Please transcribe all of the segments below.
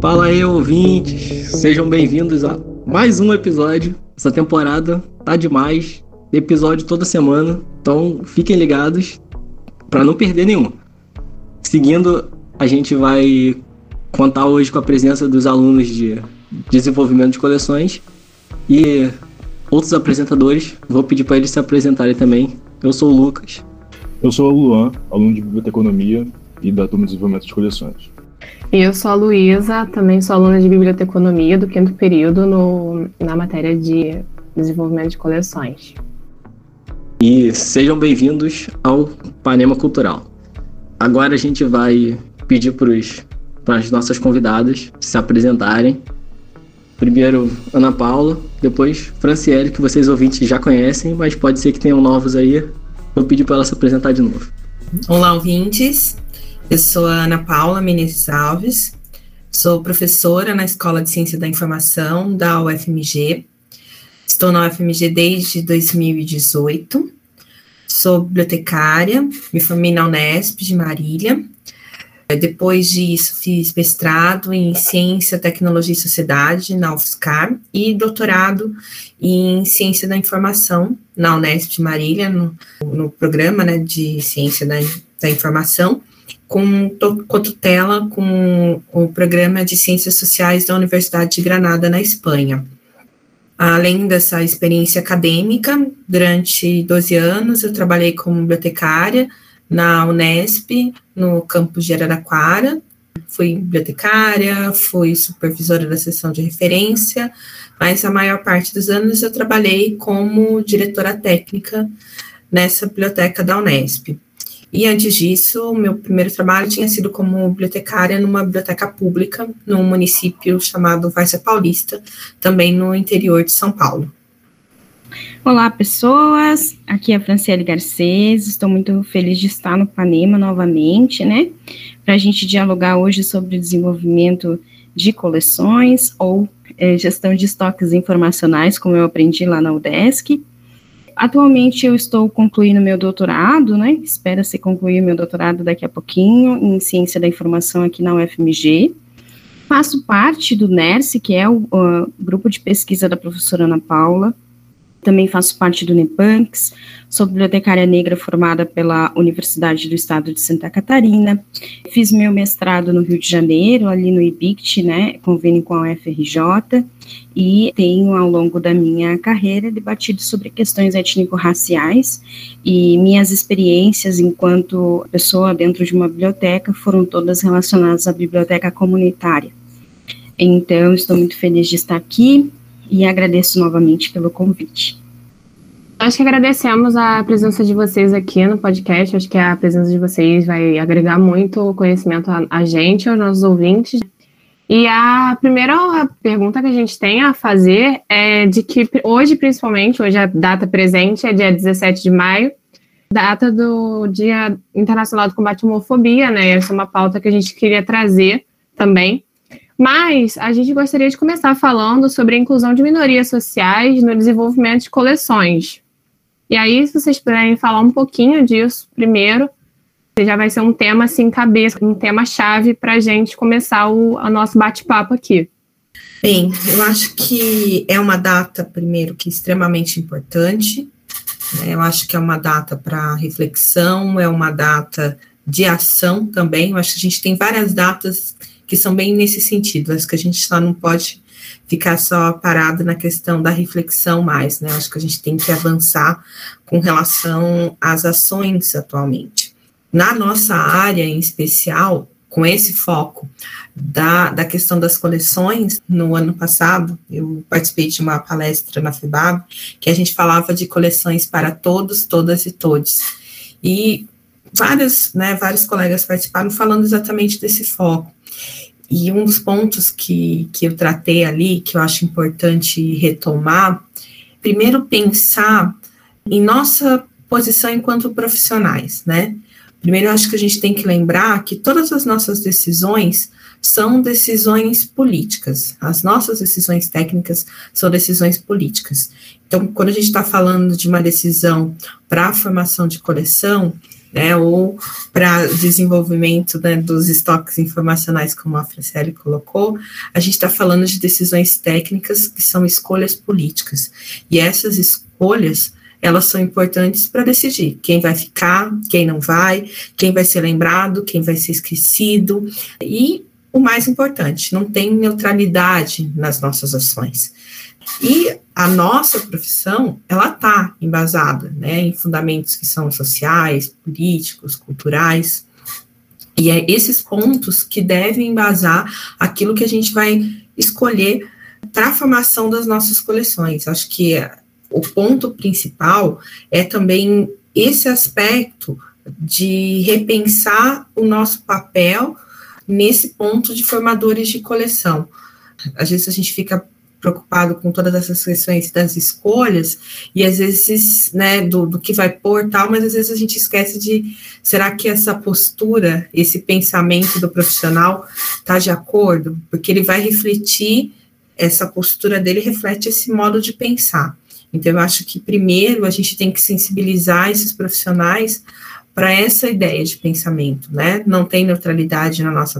Fala aí, ouvintes! Sejam bem-vindos a mais um episódio. Essa temporada tá demais, episódio toda semana, então fiquem ligados para não perder nenhum. Seguindo, a gente vai contar hoje com a presença dos alunos de desenvolvimento de coleções e outros apresentadores. Vou pedir para eles se apresentarem também. Eu sou o Lucas. Eu sou o Luan, aluno de Biblioteconomia e da turma de desenvolvimento de coleções. E eu sou a Luísa, também sou aluna de Biblioteconomia do 5º período na matéria de desenvolvimento de coleções. E sejam bem-vindos ao Panema Cultural. Agora a gente vai pedir para as nossas convidadas se apresentarem. Primeiro Ana Paula, depois Franciele, que vocês ouvintes já conhecem, mas pode ser que tenham novos aí. Vou pedir para ela se apresentar de novo. Olá, ouvintes. Eu sou a Ana Paula Menezes Alves, sou professora na Escola de Ciência da Informação da UFMG. Estou na UFMG desde 2018. Sou bibliotecária, me formei na Unesp de Marília. Depois disso, fiz mestrado em Ciência, Tecnologia e Sociedade na UFSCar e doutorado em Ciência da Informação na Unesp de Marília, no programa, né, de Ciência da Informação, com tutela com o programa de Ciências Sociais da Universidade de Granada, na Espanha. Além dessa experiência acadêmica, durante 12 anos eu trabalhei como bibliotecária na Unesp, no campus de Araraquara. Fui bibliotecária, fui supervisora da seção de referência, mas a maior parte dos anos eu trabalhei como diretora técnica nessa biblioteca da Unesp. E antes disso, meu primeiro trabalho tinha sido como bibliotecária numa biblioteca pública, num município chamado Várzea Paulista, também no interior de São Paulo. Olá, pessoas, aqui é a Franciele Garcês, estou muito feliz de estar no Panema novamente, né, para a gente dialogar hoje sobre desenvolvimento de coleções ou gestão de estoques informacionais, como eu aprendi lá na UDESC. Atualmente eu estou concluindo meu doutorado, né, espera-se concluir meu doutorado daqui a pouquinho, em Ciência da Informação aqui na UFMG. Faço parte do NERSC, que é o grupo de pesquisa da professora Ana Paula. Também faço parte do NEPANCS, sou bibliotecária negra formada pela Universidade do Estado de Santa Catarina, fiz meu mestrado no Rio de Janeiro, ali no IBICT, né, convênio com a UFRJ, e tenho, ao longo da minha carreira, debatido sobre questões étnico-raciais, e minhas experiências enquanto pessoa dentro de uma biblioteca foram todas relacionadas à biblioteca comunitária. Então, estou muito feliz de estar aqui, e agradeço novamente pelo convite. Nós que agradecemos a presença de vocês aqui no podcast. Acho que a presença de vocês vai agregar muito conhecimento a gente, aos nossos ouvintes. E a primeira pergunta que a gente tem a fazer é de que hoje, principalmente, hoje a data presente é dia 17 de maio, data do Dia Internacional do Combate à Homofobia, né? Essa é uma pauta que a gente queria trazer também. Mas a gente gostaria de começar falando sobre a inclusão de minorias sociais no desenvolvimento de coleções. E aí, se vocês puderem falar um pouquinho disso primeiro, já vai ser um tema assim, cabeça, um tema-chave para a gente começar o nosso bate-papo aqui. Bem, eu acho que é uma data, primeiro, que é extremamente importante, né? Eu acho que é uma data para reflexão, é uma data de ação também. Eu acho que a gente tem várias datas que são bem nesse sentido. Acho que a gente só não pode ficar só parado na questão da reflexão mais, né? Acho que a gente tem que avançar com relação às ações atualmente. Na nossa área, em especial, com esse foco da questão das coleções, no ano passado, eu participei de uma palestra na FEBAB, que a gente falava de coleções para todos, todas e todes. E vários colegas participaram falando exatamente desse foco. E um dos pontos que eu tratei ali, que eu acho importante retomar, primeiro pensar em nossa posição enquanto profissionais, né? Primeiro, eu acho que a gente tem que lembrar que todas as nossas decisões são decisões políticas. As nossas decisões técnicas são decisões políticas. Então, quando a gente está falando de uma decisão para a formação de coleção, né, ou para desenvolvimento, né, dos estoques informacionais, como a Franciele colocou, a gente está falando de decisões técnicas que são escolhas políticas. E essas escolhas, elas são importantes para decidir quem vai ficar, quem não vai, quem vai ser lembrado, quem vai ser esquecido. E o mais importante, não tem neutralidade nas nossas ações. E a nossa profissão, ela está embasada, né, em fundamentos que são sociais, políticos, culturais, e é esses pontos que devem embasar aquilo que a gente vai escolher para a formação das nossas coleções. Acho que o ponto principal é também esse aspecto de repensar o nosso papel nesse ponto de formadores de coleção. Às vezes a gente fica preocupado com todas essas questões das escolhas, e às vezes, né, do que vai pôr tal, mas às vezes a gente esquece de, será que essa postura, esse pensamento do profissional está de acordo? Porque ele vai refletir, essa postura dele reflete esse modo de pensar. Então, eu acho que primeiro a gente tem que sensibilizar esses profissionais para essa ideia de pensamento, né? Não tem neutralidade na nossa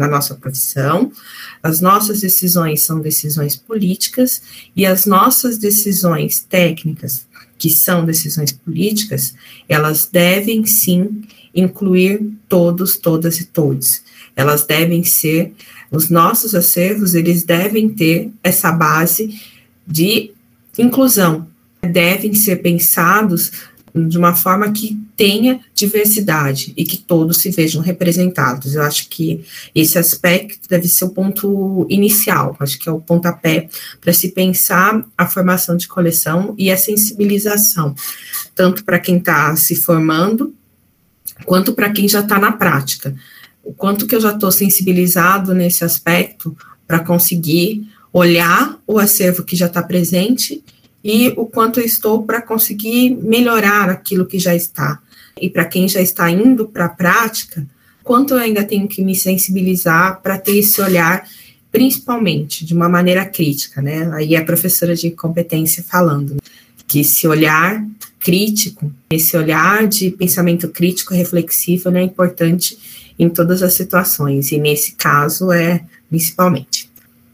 profissão, as nossas decisões são decisões políticas, e as nossas decisões técnicas, que são decisões políticas, elas devem sim incluir todos, todas e todos. Elas devem ser, os nossos acervos, eles devem ter essa base de inclusão, devem ser pensados de uma forma que tenha diversidade e que todos se vejam representados. Eu acho que esse aspecto deve ser o ponto inicial, acho que é o pontapé para se pensar a formação de coleção e a sensibilização, tanto para quem está se formando, quanto para quem já está na prática. O quanto que eu já estou sensibilizado nesse aspecto para conseguir olhar o acervo que já está presente e o quanto eu estou para conseguir melhorar aquilo que já está. E para quem já está indo para a prática, quanto eu ainda tenho que me sensibilizar para ter esse olhar, principalmente de uma maneira crítica, né? Aí é a professora de competência falando, né? Que esse olhar crítico, esse olhar de pensamento crítico reflexivo, né, é importante em todas as situações, e nesse caso é principalmente.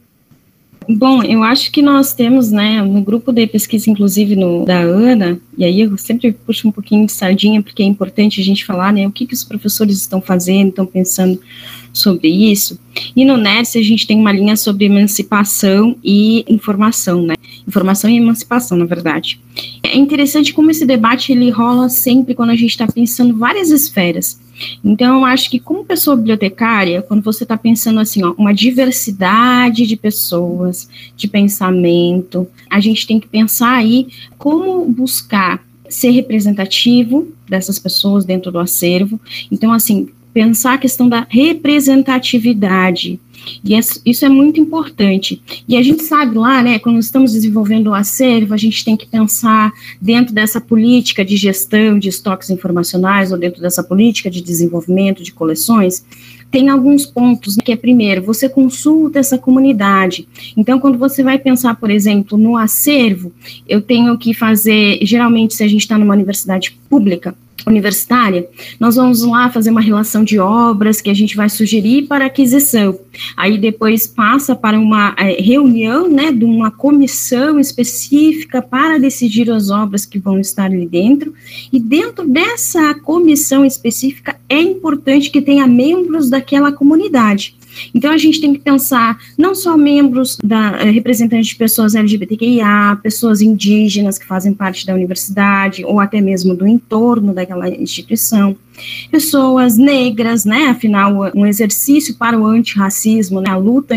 Bom, eu acho que nós temos, né, no grupo de pesquisa, inclusive da Ana, e aí eu sempre puxo um pouquinho de sardinha, porque é importante a gente falar, né, o que os professores estão fazendo, estão pensando sobre isso, e no NERS a gente tem uma linha sobre emancipação e informação, né, informação e emancipação, na verdade. É interessante como esse debate, ele rola sempre quando a gente está pensando várias esferas. Então, eu acho que como pessoa bibliotecária, quando você está pensando assim, ó, uma diversidade de pessoas, de pensamento, a gente tem que pensar aí como buscar ser representativo dessas pessoas dentro do acervo. Então, assim, pensar a questão da representatividade, e isso é muito importante. E a gente sabe lá, né, quando estamos desenvolvendo o acervo, a gente tem que pensar dentro dessa política de gestão de estoques informacionais, ou dentro dessa política de desenvolvimento de coleções, tem alguns pontos, né, que é, primeiro, você consulta essa comunidade. Então, quando você vai pensar, por exemplo, no acervo, eu tenho que fazer, geralmente, se a gente está numa universidade pública, universitária, nós vamos lá fazer uma relação de obras que a gente vai sugerir para aquisição, aí depois passa para uma reunião, né, de uma comissão específica para decidir as obras que vão estar ali dentro, e dentro dessa comissão específica é importante que tenha membros daquela comunidade. Então, a gente tem que pensar não só membros representantes de pessoas LGBTQIA, pessoas indígenas que fazem parte da universidade, ou até mesmo do entorno daquela instituição, pessoas negras, né, afinal, um exercício para o antirracismo, né, a luta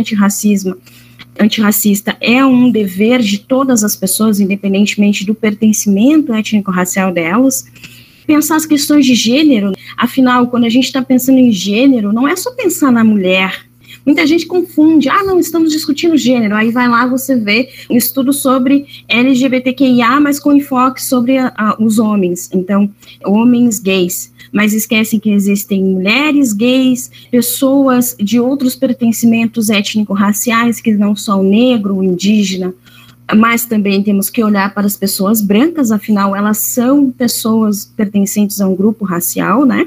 antirracista é um dever de todas as pessoas, independentemente do pertencimento étnico-racial delas. Pensar as questões de gênero, afinal, quando a gente está pensando em gênero, não é só pensar na mulher. Muita gente confunde, não, estamos discutindo gênero, aí vai lá, você vê um estudo sobre LGBTQIA, mas com enfoque sobre os homens, então, homens gays, mas esquecem que existem mulheres gays, pessoas de outros pertencimentos étnico-raciais, que não só o negro, o indígena, mas também temos que olhar para as pessoas brancas, afinal, elas são pessoas pertencentes a um grupo racial, né?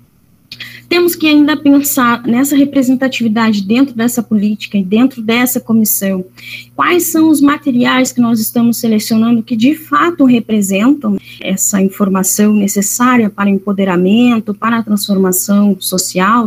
Temos que ainda pensar nessa representatividade dentro dessa política e dentro dessa comissão. Quais são os materiais que nós estamos selecionando que de fato representam essa informação necessária para o empoderamento, para a transformação social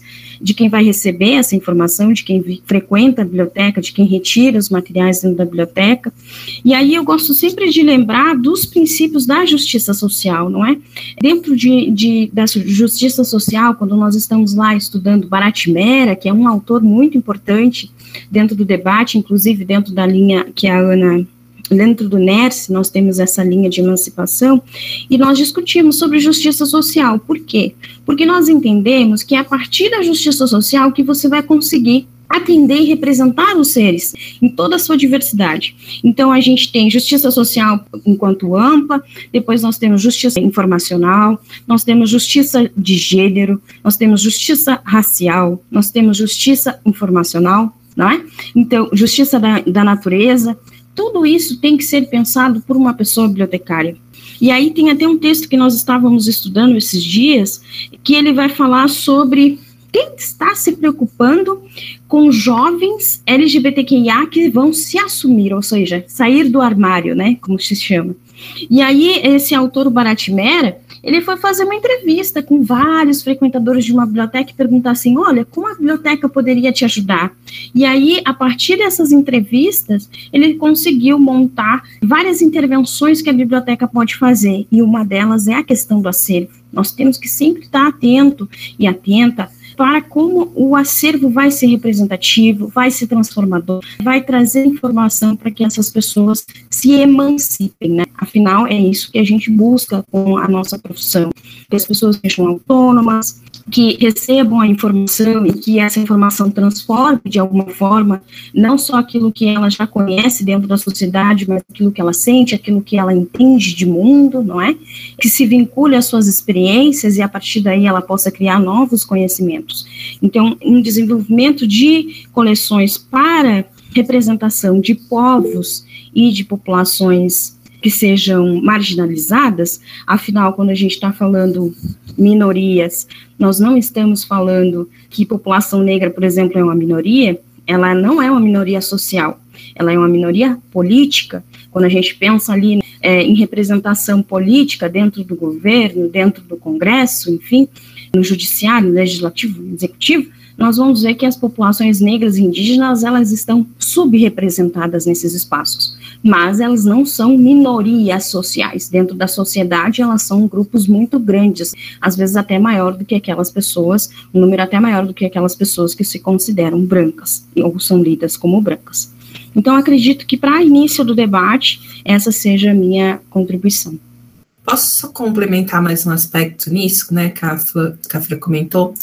de quem vai receber essa informação, de quem frequenta a biblioteca, de quem retira os materiais dentro da biblioteca. E aí eu gosto sempre de lembrar dos princípios da justiça social, não é? Dentro da justiça social, quando nós estamos lá estudando Bharat Mehra, que é um autor muito importante dentro do debate, inclusive dentro da linha que a Ana, dentro do NERSC, nós temos essa linha de emancipação, e nós discutimos sobre justiça social. Por quê? Porque nós entendemos que é a partir da justiça social que você vai conseguir atender e representar os seres em toda a sua diversidade. Então, a gente tem justiça social enquanto ampla, depois nós temos justiça informacional, nós temos justiça de gênero, nós temos justiça racial, nós temos justiça informacional, não é? Então, justiça da natureza, tudo isso tem que ser pensado por uma pessoa bibliotecária. E aí tem até um texto que nós estávamos estudando esses dias, que ele vai falar sobre quem está se preocupando com jovens LGBTQIA que vão se assumir, ou seja, sair do armário, né, como se chama. E aí esse autor, o Bharat Mehra, ele foi fazer uma entrevista com vários frequentadores de uma biblioteca e perguntar assim, olha, como a biblioteca poderia te ajudar? E aí, a partir dessas entrevistas, ele conseguiu montar várias intervenções que a biblioteca pode fazer, e uma delas é a questão do acervo. Nós temos que sempre estar atento e atenta para como o acervo vai ser representativo, vai ser transformador, vai trazer informação para que essas pessoas se emancipem, né? Afinal, é isso que a gente busca com a nossa profissão, que as pessoas sejam autônomas, que recebam a informação e que essa informação transforme de alguma forma, não só aquilo que ela já conhece dentro da sociedade, mas aquilo que ela sente, aquilo que ela entende de mundo, não é? Que se vincule às suas experiências e a partir daí ela possa criar novos conhecimentos. Então, um desenvolvimento de coleções para representação de povos e de populações que sejam marginalizadas, afinal, quando a gente está falando minorias, nós não estamos falando que população negra, por exemplo, é uma minoria, ela não é uma minoria social, ela é uma minoria política. Quando a gente pensa ali em representação política dentro do governo, dentro do Congresso, enfim, no judiciário, legislativo, executivo, nós vamos ver que as populações negras e indígenas, elas estão subrepresentadas nesses espaços, mas elas não são minorias sociais. Dentro da sociedade, elas são grupos muito grandes, às vezes até maior do que aquelas pessoas, um número até maior do que aquelas pessoas que se consideram brancas, ou são lidas como brancas. Então, acredito que para início do debate, essa seja a minha contribuição. Posso só complementar mais um aspecto nisso, né, que a Fran comentou,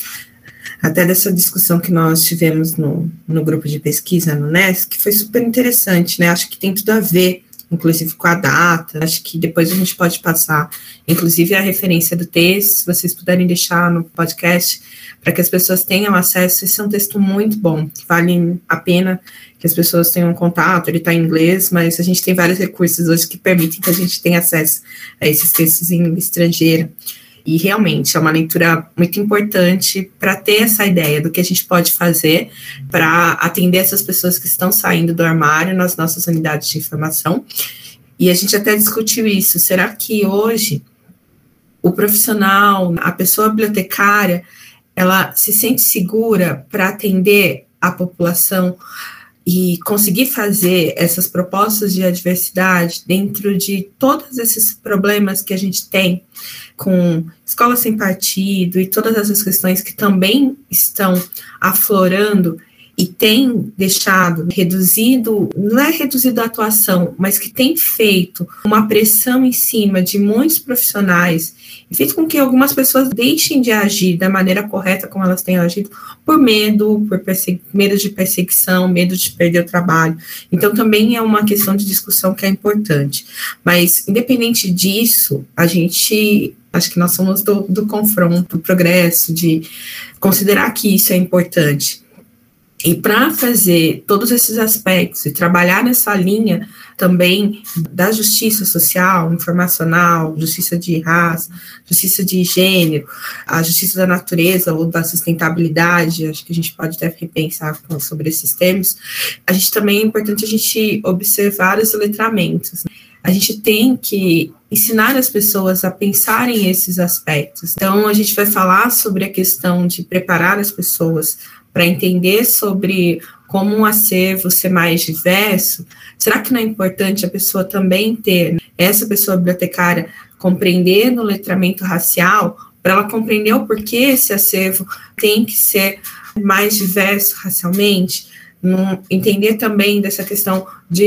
até dessa discussão que nós tivemos no grupo de pesquisa no NESC, que foi super interessante, né, acho que tem tudo a ver, inclusive com a data, acho que depois a gente pode passar, inclusive a referência do texto, se vocês puderem deixar no podcast, para que as pessoas tenham acesso. Esse é um texto muito bom, que vale a pena que as pessoas tenham contato, ele está em inglês, mas a gente tem vários recursos hoje que permitem que a gente tenha acesso a esses textos em língua estrangeira. E realmente é uma leitura muito importante para ter essa ideia do que a gente pode fazer para atender essas pessoas que estão saindo do armário nas nossas unidades de informação. E a gente até discutiu isso. Será que hoje o profissional, a pessoa bibliotecária, ela se sente segura para atender a população e conseguir fazer essas propostas de adversidade dentro de todos esses problemas que a gente tem com escola sem partido e todas essas questões que também estão aflorando e tem deixado reduzido, não é reduzido a atuação, mas que tem feito uma pressão em cima de muitos profissionais e feito com que algumas pessoas deixem de agir da maneira correta como elas têm agido, por medo, medo de perseguição, medo de perder o trabalho. Então, também é uma questão de discussão que é importante. Mas, independente disso, acho que nós somos do confronto, do progresso, de considerar que isso é importante. E para fazer todos esses aspectos e trabalhar nessa linha também da justiça social, informacional, justiça de raça, justiça de gênero, a justiça da natureza ou da sustentabilidade, acho que a gente pode até repensar sobre esses termos, a gente também é importante a gente observar os letramentos. A gente tem que ensinar as pessoas a pensarem esses aspectos. Então, a gente vai falar sobre a questão de preparar as pessoas para entender sobre como um acervo ser mais diverso. Será que não é importante a pessoa também ter, essa pessoa bibliotecária, compreender no letramento racial, para ela compreender o porquê esse acervo tem que ser mais diverso racialmente? Entender também dessa questão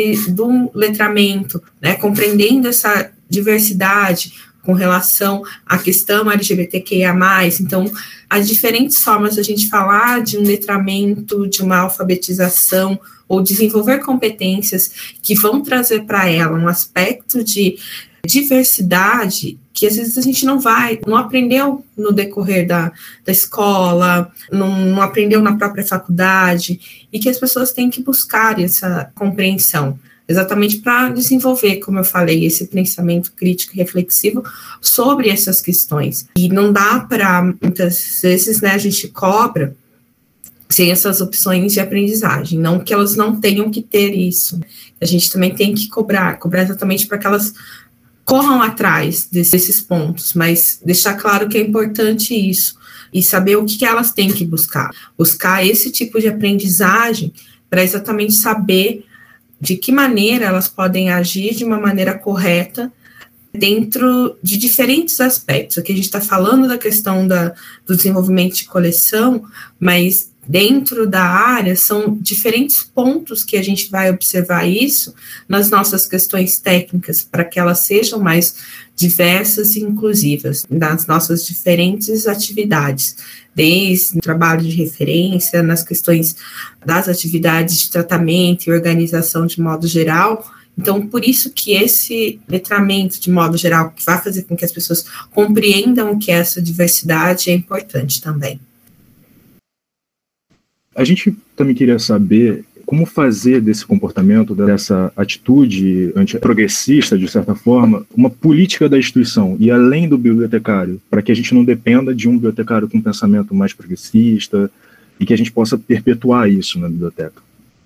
do letramento, né, compreendendo essa diversidade com relação à questão LGBTQIA+. Então, as diferentes formas de a gente falar de um letramento, de uma alfabetização, ou desenvolver competências que vão trazer para ela um aspecto de diversidade que às vezes a gente não aprendeu no decorrer da escola, não aprendeu na própria faculdade, e que as pessoas têm que buscar essa compreensão, exatamente para desenvolver, como eu falei, esse pensamento crítico e reflexivo sobre essas questões. E não dá para, muitas vezes, né, a gente cobra sem essas opções de aprendizagem, não que elas não tenham que ter isso, a gente também tem que cobrar exatamente para que elas corram atrás desses pontos, mas deixar claro que é importante isso, e saber o que elas têm que buscar esse tipo de aprendizagem para exatamente saber de que maneira elas podem agir de uma maneira correta dentro de diferentes aspectos. Aqui a gente está falando da questão do desenvolvimento de coleção, mas dentro da área são diferentes pontos que a gente vai observar isso nas nossas questões técnicas, para que elas sejam mais diversas e inclusivas nas nossas diferentes atividades, desde o trabalho de referência, nas questões das atividades de tratamento e organização de modo geral. Então, por isso que esse letramento, de modo geral, que vai fazer com que as pessoas compreendam o que é essa diversidade, é importante também. A gente também queria saber como fazer desse comportamento, dessa atitude antiprogressista, de certa forma, uma política da instituição, e além do bibliotecário, para que a gente não dependa de um bibliotecário com um pensamento mais progressista e que a gente possa perpetuar isso na biblioteca.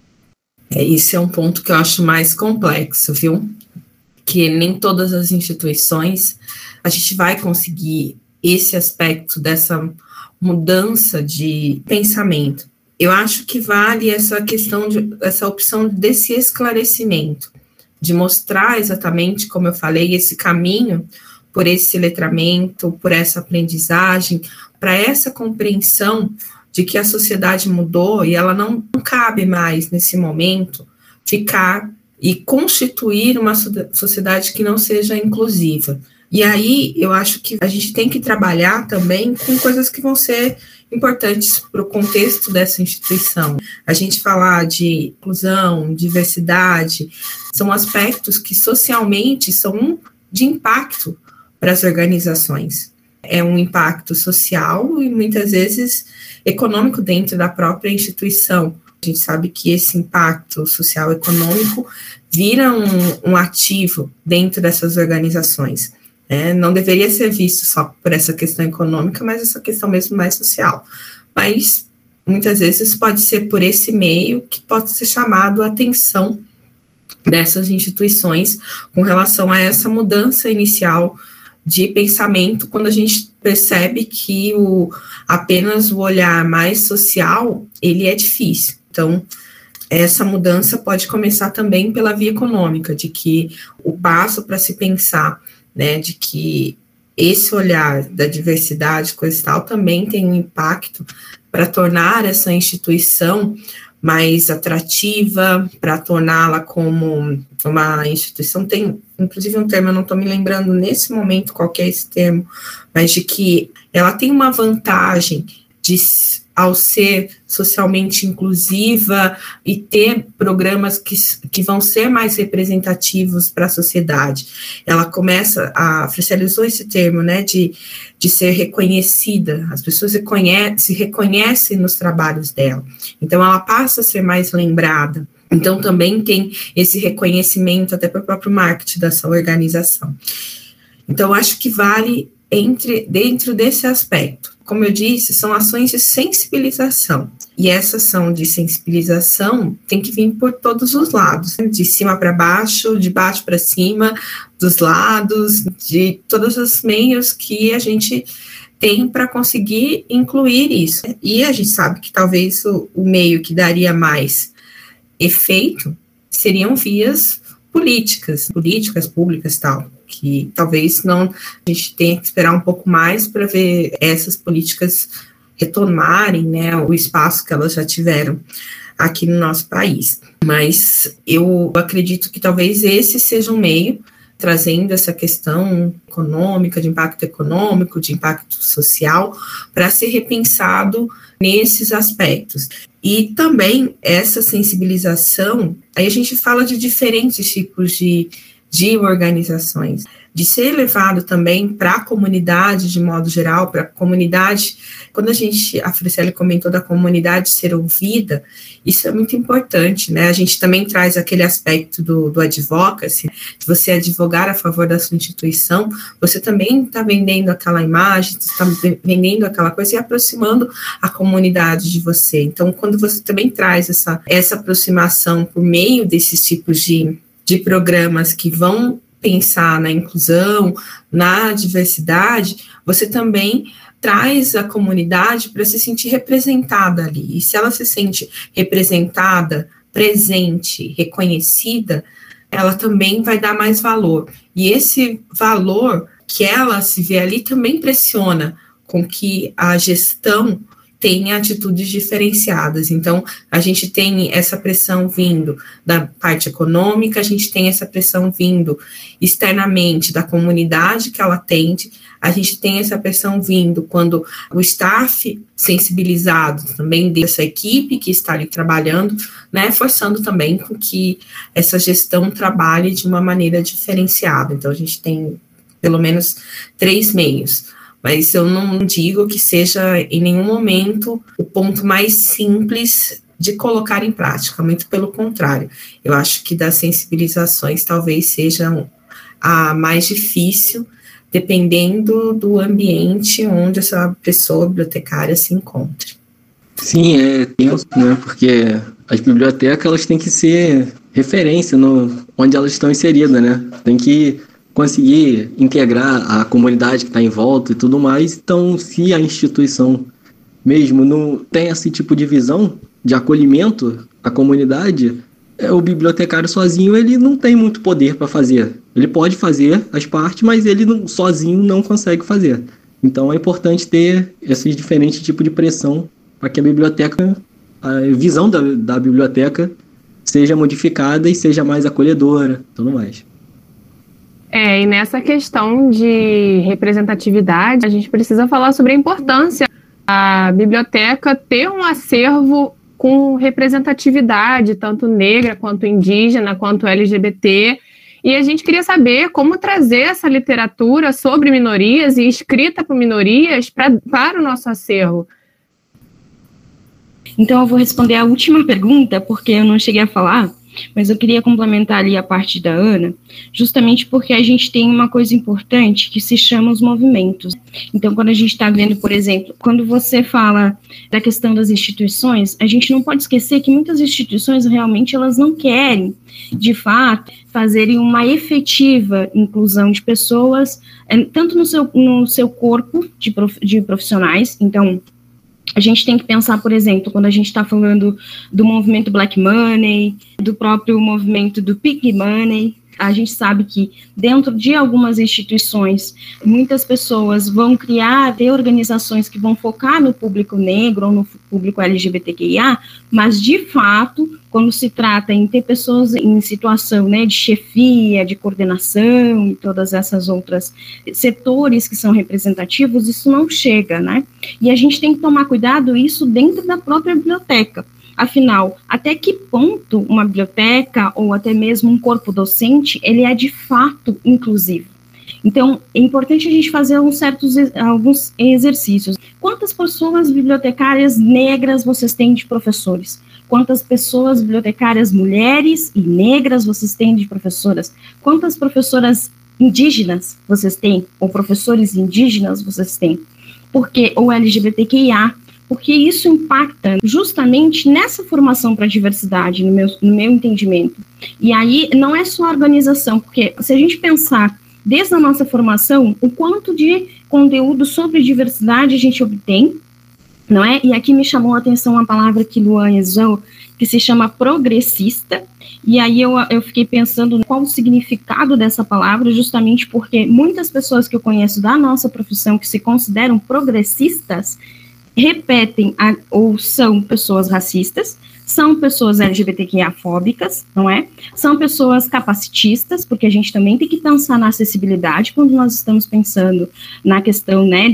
Esse é um ponto que eu acho mais complexo, viu? Que nem todas as instituições a gente vai conseguir esse aspecto dessa mudança de pensamento. Eu acho que vale essa questão, essa opção desse esclarecimento, de mostrar exatamente, como eu falei, esse caminho por esse letramento, por essa aprendizagem, para essa compreensão de que a sociedade mudou e ela não cabe mais, nesse momento, ficar e constituir uma sociedade que não seja inclusiva. E aí, eu acho que a gente tem que trabalhar também com coisas que vão ser importantes para o contexto dessa instituição. A gente falar de inclusão, diversidade, são aspectos que socialmente são de impacto para as organizações. É um impacto social e muitas vezes econômico dentro da própria instituição. A gente sabe que esse impacto social e econômico vira um ativo dentro dessas organizações. Não deveria ser visto só por essa questão econômica, mas essa questão mesmo mais social. Mas, muitas vezes, pode ser por esse meio que pode ser chamado a atenção dessas instituições com relação a essa mudança inicial de pensamento, quando a gente percebe que apenas o olhar mais social, ele é difícil. Então, essa mudança pode começar também pela via econômica, de que o passo para se pensar, né, de que esse olhar da diversidade, coisa e tal, também tem um impacto para tornar essa instituição mais atrativa, para torná-la como uma instituição, tem inclusive um termo, eu não estou me lembrando nesse momento qual que é esse termo, mas de que ela tem uma vantagem de ao ser socialmente inclusiva e ter programas que vão ser mais representativos para a sociedade. Ela começa, a Franciele usou esse termo, né, de ser reconhecida, as pessoas se reconhecem nos trabalhos dela, então ela passa a ser mais lembrada. Então também tem esse reconhecimento até para o próprio marketing dessa organização. Então acho que vale dentro desse aspecto. Como eu disse, são ações de sensibilização. E essa ação de sensibilização tem que vir por todos os lados, né? De cima para baixo, de baixo para cima, dos lados, de todos os meios que a gente tem para conseguir incluir isso. E a gente sabe que talvez o meio que daria mais efeito seriam vias políticas públicas, tal, que talvez não, a gente tenha que esperar um pouco mais para ver essas políticas retomarem, né, o espaço que elas já tiveram aqui no nosso país. Mas eu acredito que talvez esse seja um meio, trazendo essa questão econômica, de impacto econômico, de impacto social, para ser repensado nesses aspectos. E também essa sensibilização, aí a gente fala de diferentes tipos de organizações, de ser levado também para a comunidade de modo geral, para a comunidade, quando a Franciele comentou da comunidade ser ouvida, isso é muito importante, né? A gente também traz aquele aspecto do advocacy, de você advogar a favor da sua instituição, você também está vendendo aquela imagem, está vendendo aquela coisa e aproximando a comunidade de você. Então, quando você também traz essa aproximação por meio desses tipos de programas que vão pensar na inclusão, na diversidade, você também traz a comunidade para se sentir representada ali. E se ela se sente representada, presente, reconhecida, ela também vai dar mais valor. E esse valor que ela se vê ali também pressiona com que a gestão tenha atitudes diferenciadas. Então, a gente tem essa pressão vindo da parte econômica, a gente tem essa pressão vindo externamente da comunidade que ela atende, a gente tem essa pressão vindo quando o staff sensibilizado também dessa equipe que está ali trabalhando, né, forçando também com que essa gestão trabalhe de uma maneira diferenciada. Então, a gente tem pelo menos 3 meios. Mas eu não digo que seja em nenhum momento o ponto mais simples de colocar em prática, muito pelo contrário. Eu acho que das sensibilizações talvez seja a mais difícil, dependendo do ambiente onde essa pessoa bibliotecária se encontre. Sim, é tenso, né? Porque as bibliotecas elas têm que ser referência onde elas estão inseridas, né? Tem que conseguir integrar a comunidade que está em volta e tudo mais. Então, se a instituição mesmo não tem esse tipo de visão de acolhimento à comunidade, o bibliotecário sozinho ele não tem muito poder para fazer. Ele pode fazer as partes, mas ele sozinho não consegue fazer. Então, é importante ter esses diferentes tipos de pressão para que a visão da biblioteca seja modificada e seja mais acolhedora e tudo mais. E nessa questão de representatividade, a gente precisa falar sobre a importância da biblioteca ter um acervo com representatividade, tanto negra, quanto indígena, quanto LGBT. E a gente queria saber como trazer essa literatura sobre minorias e escrita por minorias para o nosso acervo. Então, eu vou responder a última pergunta, porque eu não cheguei a falar, mas eu queria complementar ali a parte da Ana, justamente porque a gente tem uma coisa importante que se chama os movimentos. Então, quando a gente está vendo, por exemplo, quando você fala da questão das instituições, a gente não pode esquecer que muitas instituições realmente elas não querem, de fato, fazerem uma efetiva inclusão de pessoas, tanto no seu corpo de profissionais. Então, a gente tem que pensar, por exemplo, quando a gente está falando do movimento Black Money, do próprio movimento do Pink Money, a gente sabe que dentro de algumas instituições, muitas pessoas vão ter organizações que vão focar no público negro ou no público LGBTQIA, mas de fato, quando se trata em ter pessoas em situação, né, de chefia, de coordenação e todas essas outras setores que são representativos, isso não chega, né? E a gente tem que tomar cuidado isso dentro da própria biblioteca. Afinal, até que ponto uma biblioteca ou até mesmo um corpo docente, ele é de fato inclusivo? Então, é importante a gente fazer alguns exercícios. Quantas pessoas bibliotecárias negras vocês têm de professores? Quantas pessoas bibliotecárias mulheres e negras vocês têm de professoras? Quantas professoras indígenas vocês têm? Ou professores indígenas vocês têm? Porque, ou LGBTQIA, porque isso impacta justamente nessa formação para a diversidade, no meu entendimento. E aí, não é só a organização, porque se a gente pensar desde a nossa formação, o quanto de conteúdo sobre diversidade a gente obtém, não é? E aqui me chamou a atenção a palavra que Luan usou, que se chama progressista, e aí eu fiquei pensando qual o significado dessa palavra, justamente porque muitas pessoas que eu conheço da nossa profissão que se consideram progressistas, repetem ou são pessoas racistas, são pessoas LGBTQIA-fóbicas, não é? São pessoas capacitistas, porque a gente também tem que pensar na acessibilidade quando nós estamos pensando na questão, né,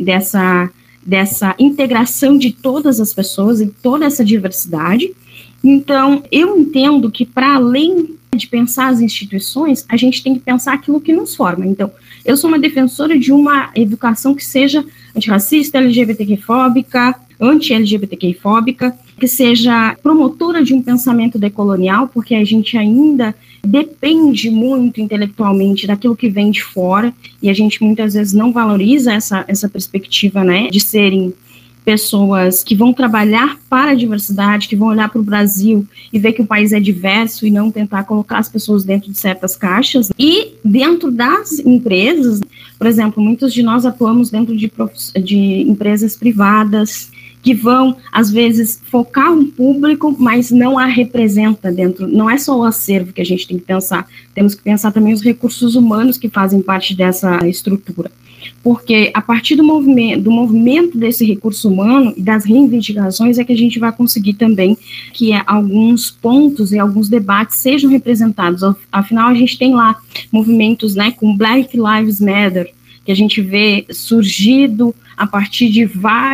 dessa integração de todas as pessoas e toda essa diversidade. Então, eu entendo que para além de pensar as instituições, a gente tem que pensar aquilo que nos forma. Então, eu sou uma defensora de uma educação que seja antirracista, LGBTQ-fóbica, anti-LGBTQ-fóbica, que seja promotora de um pensamento decolonial, porque a gente ainda depende muito intelectualmente daquilo que vem de fora, e a gente muitas vezes não valoriza essa perspectiva, né, de serem pessoas que vão trabalhar para a diversidade, que vão olhar para o Brasil e ver que o país é diverso e não tentar colocar as pessoas dentro de certas caixas. E dentro das empresas, por exemplo, muitos de nós atuamos dentro de empresas privadas, que vão, às vezes, focar um público, mas não a representa dentro, não é só o acervo que a gente tem que pensar, temos que pensar também os recursos humanos que fazem parte dessa estrutura, porque a partir do movimento desse recurso humano e das reivindicações é que a gente vai conseguir também que alguns pontos e alguns debates sejam representados. Afinal, a gente tem lá movimentos, né, com Black Lives Matter, que a gente vê surgido a partir de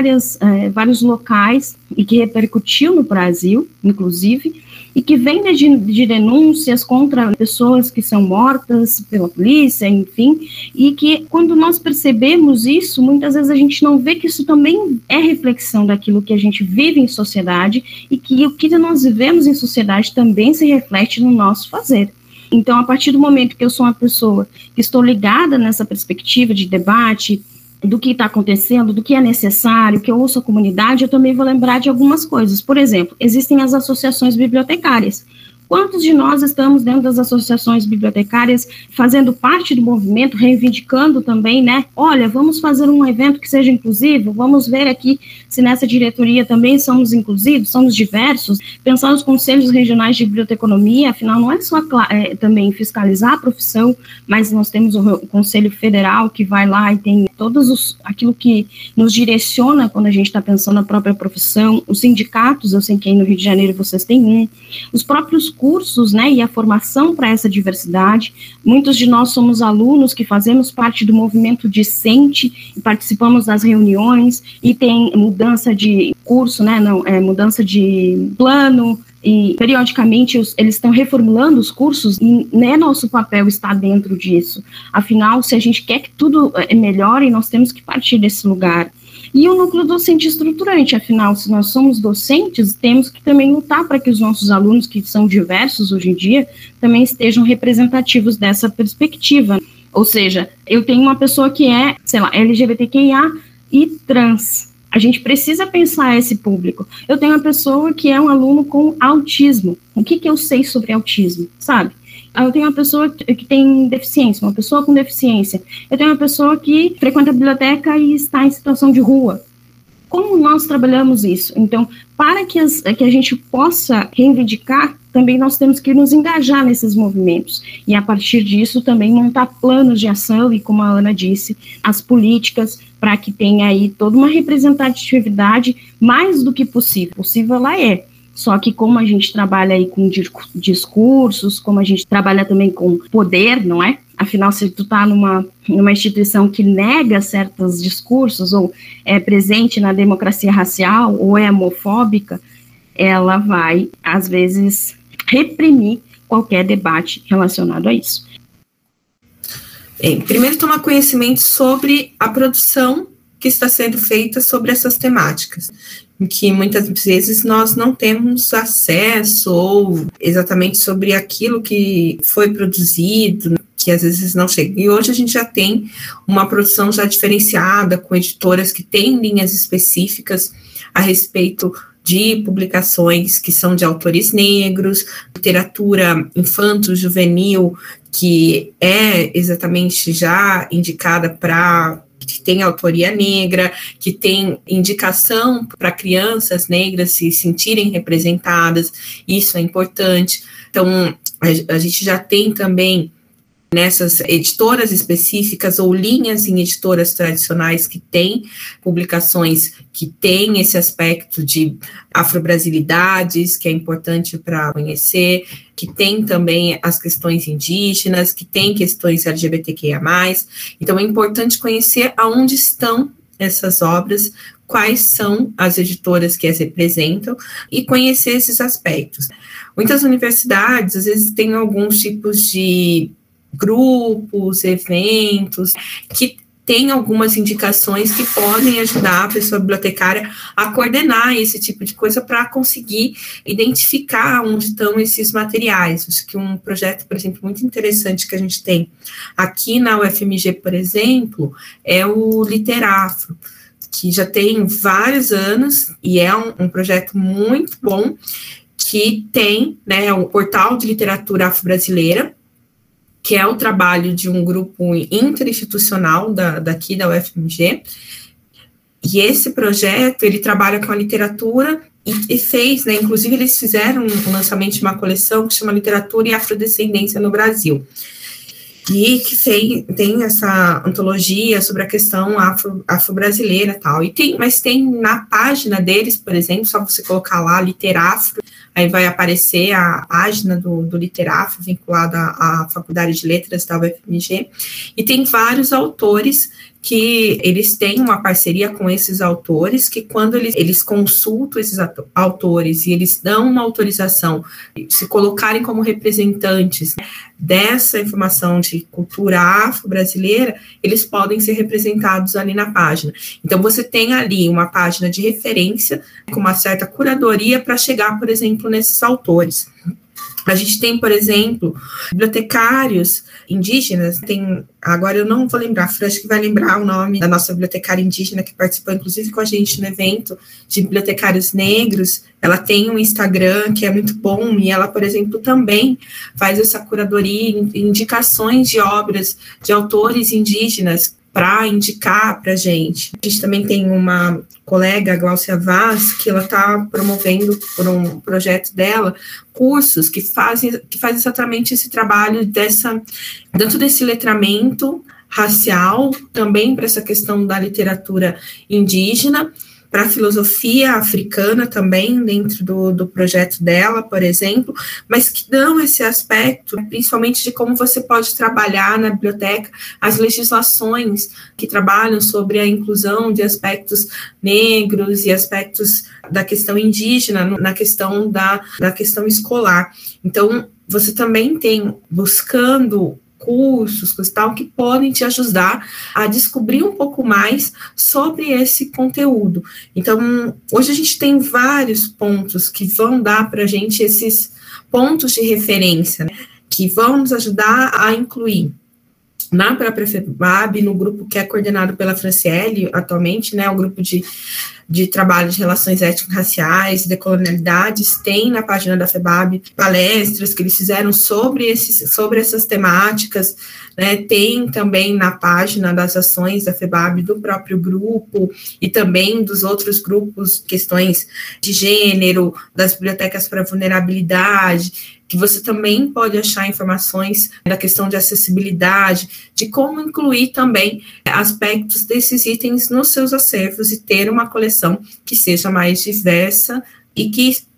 vários locais e que repercutiu no Brasil, inclusive, e que vem de denúncias contra pessoas que são mortas pela polícia, enfim, e que quando nós percebemos isso, muitas vezes a gente não vê que isso também é reflexão daquilo que a gente vive em sociedade e que o que nós vivemos em sociedade também se reflete no nosso fazer. Então, a partir do momento que eu sou uma pessoa que estou ligada nessa perspectiva de debate, do que está acontecendo, do que é necessário, que eu ouço a comunidade, eu também vou lembrar de algumas coisas. Por exemplo, existem as associações bibliotecárias. Quantos de nós estamos dentro das associações bibliotecárias, fazendo parte do movimento, reivindicando também, né? Olha, vamos fazer um evento que seja inclusivo, vamos ver aqui se nessa diretoria também somos inclusivos, somos diversos, pensar nos conselhos regionais de biblioteconomia, afinal não é só também fiscalizar a profissão, mas nós temos o Conselho Federal que vai lá e tem aquilo que nos direciona quando a gente está pensando na própria profissão, os sindicatos, eu sei que aí no Rio de Janeiro vocês têm os próprios cursos, né, e a formação para essa diversidade. Muitos de nós somos alunos que fazemos parte do movimento discente e participamos das reuniões e tem mudança de curso, né, mudança de plano, e periodicamente eles estão reformulando os cursos e é nosso papel estar dentro disso. Afinal, se a gente quer que tudo melhore, nós temos que partir desse lugar. E o núcleo docente estruturante, afinal, se nós somos docentes, temos que também lutar para que os nossos alunos, que são diversos hoje em dia, também estejam representativos dessa perspectiva. Ou seja, eu tenho uma pessoa que é, sei lá, LGBTQIA e trans. A gente precisa pensar esse público. Eu tenho uma pessoa que é um aluno com autismo. O que eu sei sobre autismo, sabe? Eu tenho uma pessoa que tem deficiência, uma pessoa com deficiência. Eu tenho uma pessoa que frequenta a biblioteca e está em situação de rua. Como nós trabalhamos isso? Então, para que a gente possa reivindicar, também nós temos que nos engajar nesses movimentos. E, a partir disso, também montar planos de ação e, como a Ana disse, as políticas para que tenha aí toda uma representatividade mais do que possível. Possível ela é. Só que como a gente trabalha aí com discursos, como a gente trabalha também com poder, não é? Afinal, se tu tá numa instituição que nega certos discursos, ou é presente na democracia racial, ou é homofóbica, ela vai, às vezes, reprimir qualquer debate relacionado a isso. Primeiro, tomar conhecimento sobre a produção que está sendo feita sobre essas temáticas, em que muitas vezes nós não temos acesso ou exatamente sobre aquilo que foi produzido, que às vezes não chega. E hoje a gente já tem uma produção já diferenciada, com editoras que têm linhas específicas a respeito de publicações que são de autores negros, literatura infanto-juvenil, que é exatamente já indicada para que tem autoria negra, que tem indicação para crianças negras se sentirem representadas, isso é importante. Então, a gente já tem também nessas editoras específicas ou linhas em editoras tradicionais que têm publicações que têm esse aspecto de afrobrasilidades, que é importante para conhecer, que tem também as questões indígenas, que tem questões LGBTQIA+. Então, é importante conhecer aonde estão essas obras, quais são as editoras que as representam e conhecer esses aspectos. Muitas universidades, às vezes, têm alguns tipos de grupos, eventos, que tem algumas indicações que podem ajudar a pessoa bibliotecária a coordenar esse tipo de coisa para conseguir identificar onde estão esses materiais. Acho que um projeto, por exemplo, muito interessante que a gente tem aqui na UFMG, por exemplo, é o Literafro, que já tem vários anos e é um projeto muito bom, que tem, né, um portal de literatura afro-brasileira, que é o trabalho de um grupo interinstitucional daqui da UFMG, e esse projeto, ele trabalha com a literatura e fez, né, inclusive eles fizeram um lançamento de uma coleção que chama Literatura e Afrodescendência no Brasil, e que tem essa antologia sobre a questão afro-brasileira e tal, mas tem na página deles, por exemplo, só você colocar lá Literafro, aí vai aparecer a página do Literafro, vinculada à Faculdade de Letras da UFMG, e tem vários autores que eles têm uma parceria com esses autores, que quando eles consultam esses autores e eles dão uma autorização, se colocarem como representantes dessa informação de cultura afro-brasileira, eles podem ser representados ali na página. Então, você tem ali uma página de referência, com uma certa curadoria para chegar, por exemplo, nesses autores. A gente tem, por exemplo, bibliotecários indígenas, agora eu não vou lembrar, a Fran acho que vai lembrar o nome da nossa bibliotecária indígena que participou, inclusive, com a gente no evento de bibliotecários negros. Ela tem um Instagram que é muito bom e ela, por exemplo, também faz essa curadoria, indicações de obras de autores indígenas para indicar para a gente. A gente também tem uma colega, a Glaucia Vaz, que ela está promovendo por um projeto dela, cursos que faz exatamente esse trabalho dentro desse letramento racial, também para essa questão da literatura indígena, para a filosofia africana também, dentro do projeto dela, por exemplo, mas que dão esse aspecto, principalmente de como você pode trabalhar na biblioteca as legislações que trabalham sobre a inclusão de aspectos negros e aspectos da questão indígena, na questão da questão escolar. Então, você também tem, buscando cursos, coisa e tal, que podem te ajudar a descobrir um pouco mais sobre esse conteúdo. Então, hoje a gente tem vários pontos que vão dar para a gente esses pontos de referência, né, que vão nos ajudar a incluir na própria FEBAB, no grupo que é coordenado pela Franciele atualmente, né, o grupo de trabalho de relações étnico-raciais e decolonialidades, tem na página da FEBAB palestras que eles fizeram sobre essas temáticas, né, tem também na página das ações da FEBAB do próprio grupo e também dos outros grupos, questões de gênero, das bibliotecas para vulnerabilidade, que você também pode achar informações da questão de acessibilidade, de como incluir também aspectos desses itens nos seus acervos e ter uma coleção que seja mais diversa e que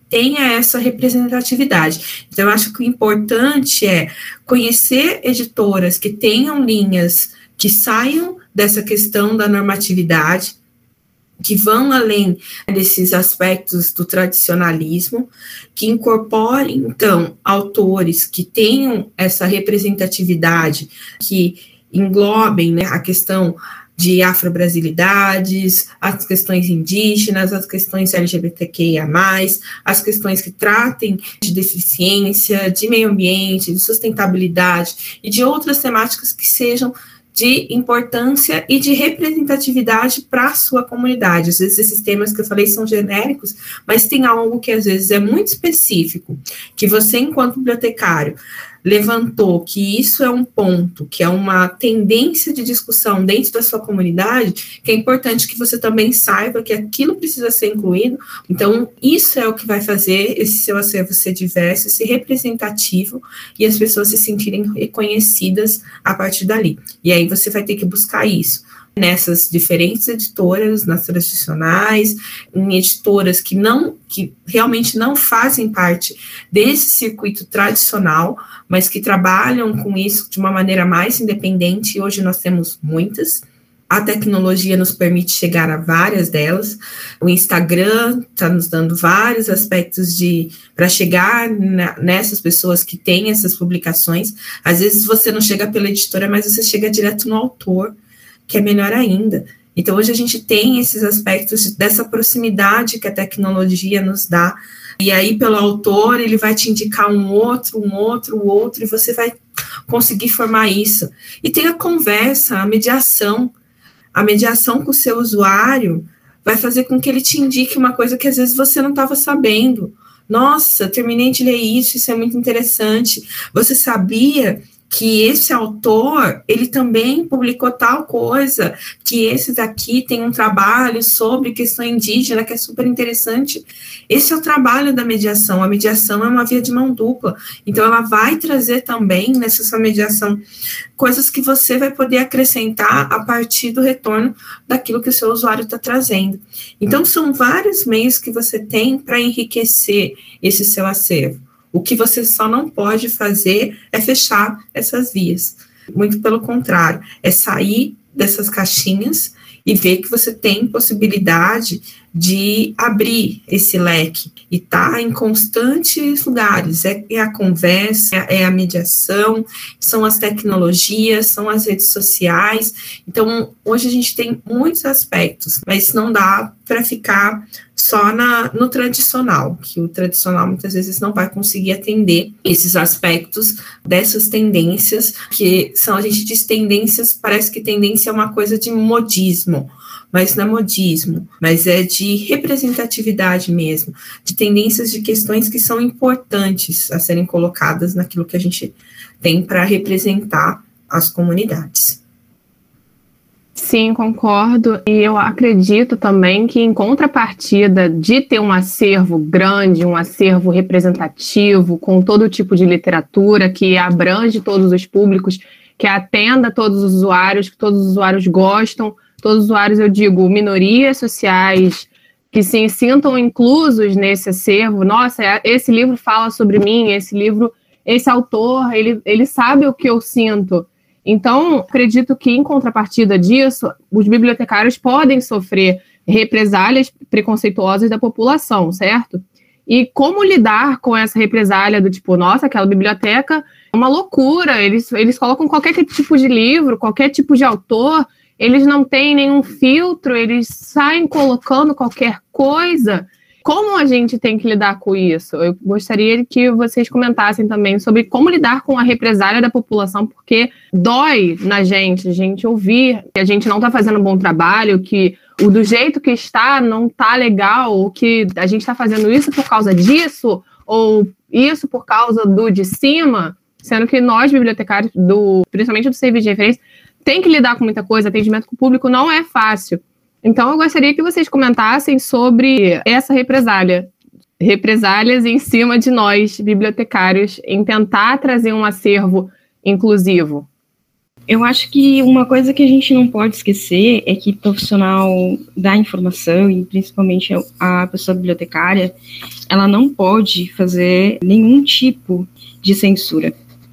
tenha essa representatividade. Então, eu acho que o importante é conhecer editoras que tenham linhas que saiam dessa questão da normatividade, que vão além desses aspectos do tradicionalismo, que incorporem, então, autores que tenham essa representatividade, que englobem, né, a questão de afro-brasilidades, as questões indígenas, as questões LGBTQIA+, as questões que tratem de deficiência, de meio ambiente, de sustentabilidade e de outras temáticas que sejam de importância e de representatividade para a sua comunidade. Às vezes esses temas que eu falei são genéricos, mas tem algo que às vezes é muito específico, que você, enquanto bibliotecário, levantou que isso é um ponto, que é uma tendência de discussão dentro da sua comunidade, que é importante que você também saiba que aquilo precisa ser incluído. Então, isso é o que vai fazer esse seu acervo ser diverso, ser representativo, e as pessoas se sentirem reconhecidas a partir dali. E aí você vai ter que buscar isso nessas diferentes editoras, nas tradicionais, em editoras que realmente não fazem parte desse circuito tradicional, mas que trabalham com isso de uma maneira mais independente, e hoje nós temos muitas. A tecnologia nos permite chegar a várias delas. O Instagram está nos dando vários aspectos para chegar nessas pessoas que têm essas publicações. Às vezes você não chega pela editora, mas você chega direto no autor, que é melhor ainda. Então, hoje a gente tem esses aspectos dessa proximidade que a tecnologia nos dá, e aí, pelo autor, ele vai te indicar um outro, e você vai conseguir formar isso. E tem a conversa, a mediação com o seu usuário vai fazer com que ele te indique uma coisa que às vezes você não estava sabendo. Nossa, terminei de ler isso é muito interessante. Você sabia que esse autor, ele também publicou tal coisa, que esse daqui tem um trabalho sobre questão indígena, que é super interessante. Esse é o trabalho da mediação. A mediação é uma via de mão dupla. Então, ela vai trazer também, nessa sua mediação, coisas que você vai poder acrescentar a partir do retorno daquilo que o seu usuário está trazendo. Então, são vários meios que você tem para enriquecer esse seu acervo. O que você só não pode fazer é fechar essas vias. Muito pelo contrário, é sair dessas caixinhas e ver que você tem possibilidade de abrir esse leque e estar em constantes lugares. É a conversa, é a mediação, são as tecnologias, são as redes sociais. Então, hoje a gente tem muitos aspectos, mas não dá para ficar só no tradicional, que o tradicional muitas vezes não vai conseguir atender esses aspectos dessas tendências, que são, a gente diz tendências, parece que tendência é uma coisa de modismo, mas não é modismo, mas é de representatividade mesmo, de tendências de questões que são importantes a serem colocadas naquilo que a gente tem para representar as comunidades. Sim, concordo, e eu acredito também que em contrapartida de ter um acervo grande, um acervo representativo, com todo tipo de literatura, que abrange todos os públicos, que atenda todos os usuários, que todos os usuários gostam, todos os usuários, eu digo, minorias sociais, que se sintam inclusos nesse acervo. Nossa, esse livro fala sobre mim, esse autor, ele sabe o que eu sinto. Então, acredito que, em contrapartida disso, os bibliotecários podem sofrer represálias preconceituosas da população, certo? E como lidar com essa represália do tipo, nossa, aquela biblioteca é uma loucura, eles colocam qualquer tipo de livro, qualquer tipo de autor, eles não têm nenhum filtro, eles saem colocando qualquer coisa. Como a gente tem que lidar com isso? Eu gostaria que vocês comentassem também sobre como lidar com a represália da população, porque dói na gente, a gente ouvir que a gente não está fazendo um bom trabalho, que do jeito que está não está legal, ou que a gente está fazendo isso por causa disso, ou isso por causa do de cima, sendo que nós, bibliotecários, principalmente do serviço de referência, tem que lidar com muita coisa, atendimento com o público não é fácil. Então, eu gostaria que vocês comentassem sobre essa represálias em cima de nós, bibliotecários, em tentar trazer um acervo inclusivo. Eu acho que uma coisa que a gente não pode esquecer é que profissional da informação, e principalmente a pessoa bibliotecária, ela não pode fazer nenhum tipo de censura.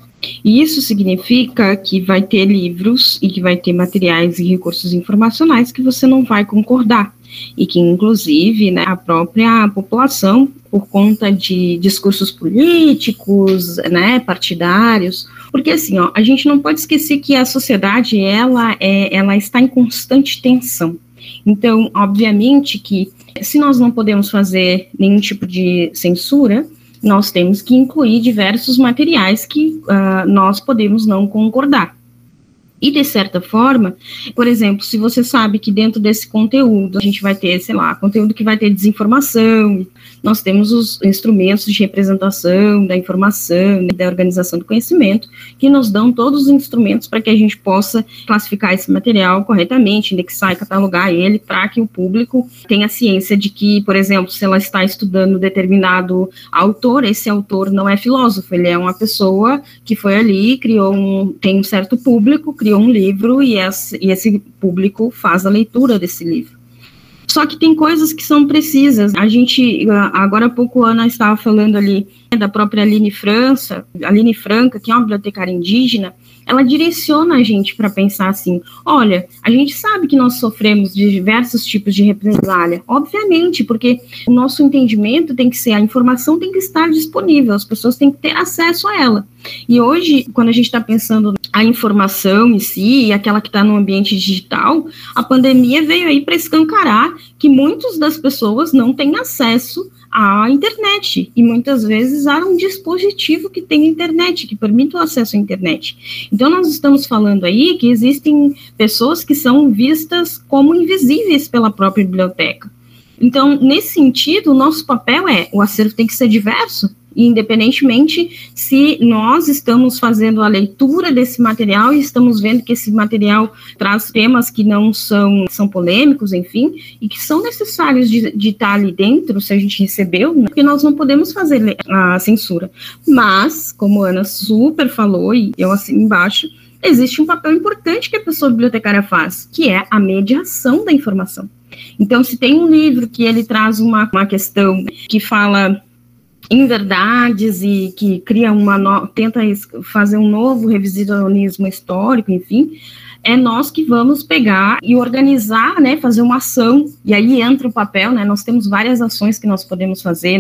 E isso significa que vai ter livros e que vai ter materiais e recursos informacionais que você não vai concordar. E que, inclusive, né, a própria população, por conta de discursos políticos, né, partidários, porque assim, a gente não pode esquecer que a sociedade, ela está em constante tensão. Então, obviamente que, se nós não podemos fazer nenhum tipo de censura, nós temos que incluir diversos materiais que nós podemos não concordar. E, de certa forma, por exemplo, se você sabe que dentro desse conteúdo a gente vai ter, sei lá, conteúdo que vai ter desinformação, nós temos os instrumentos de representação da informação, da organização do conhecimento, que nos dão todos os instrumentos para que a gente possa classificar esse material corretamente, indexar e catalogar ele, para que o público tenha ciência de que, por exemplo, se ela está estudando determinado autor, esse autor não é filósofo, ele é uma pessoa que foi ali, tem um certo público, criou um livro e esse público faz a leitura desse livro. Só que tem coisas que são precisas. A gente, agora há pouco, a Ana estava falando ali da própria Aline Franca, que é uma bibliotecária indígena, ela direciona a gente para pensar assim, olha, a gente sabe que nós sofremos de diversos tipos de represália, obviamente, porque o nosso entendimento tem que ser, a informação tem que estar disponível, as pessoas têm que ter acesso a ela. E hoje, quando a gente está pensando a informação em si, aquela que está no ambiente digital, a pandemia veio aí para escancarar que muitas das pessoas não têm acesso à internet, e muitas vezes há um dispositivo que tem internet, que permite o acesso à internet. Então, nós estamos falando aí que existem pessoas que são vistas como invisíveis pela própria biblioteca. Então, nesse sentido, o nosso papel o acervo tem que ser diverso, e independentemente se nós estamos fazendo a leitura desse material e estamos vendo que esse material traz temas que não são polêmicos, enfim, e que são necessários de estar ali dentro, se a gente recebeu, né, porque nós não podemos fazer a censura. Mas, como a Ana super falou, e eu assino embaixo, existe um papel importante que a pessoa bibliotecária faz, que é a mediação da informação. Então, se tem um livro que ele traz uma questão que fala em verdades e que cria tenta fazer um novo revisionismo histórico, enfim, é nós que vamos pegar e organizar, né, fazer uma ação, e aí entra o papel, né, nós temos várias ações que nós podemos fazer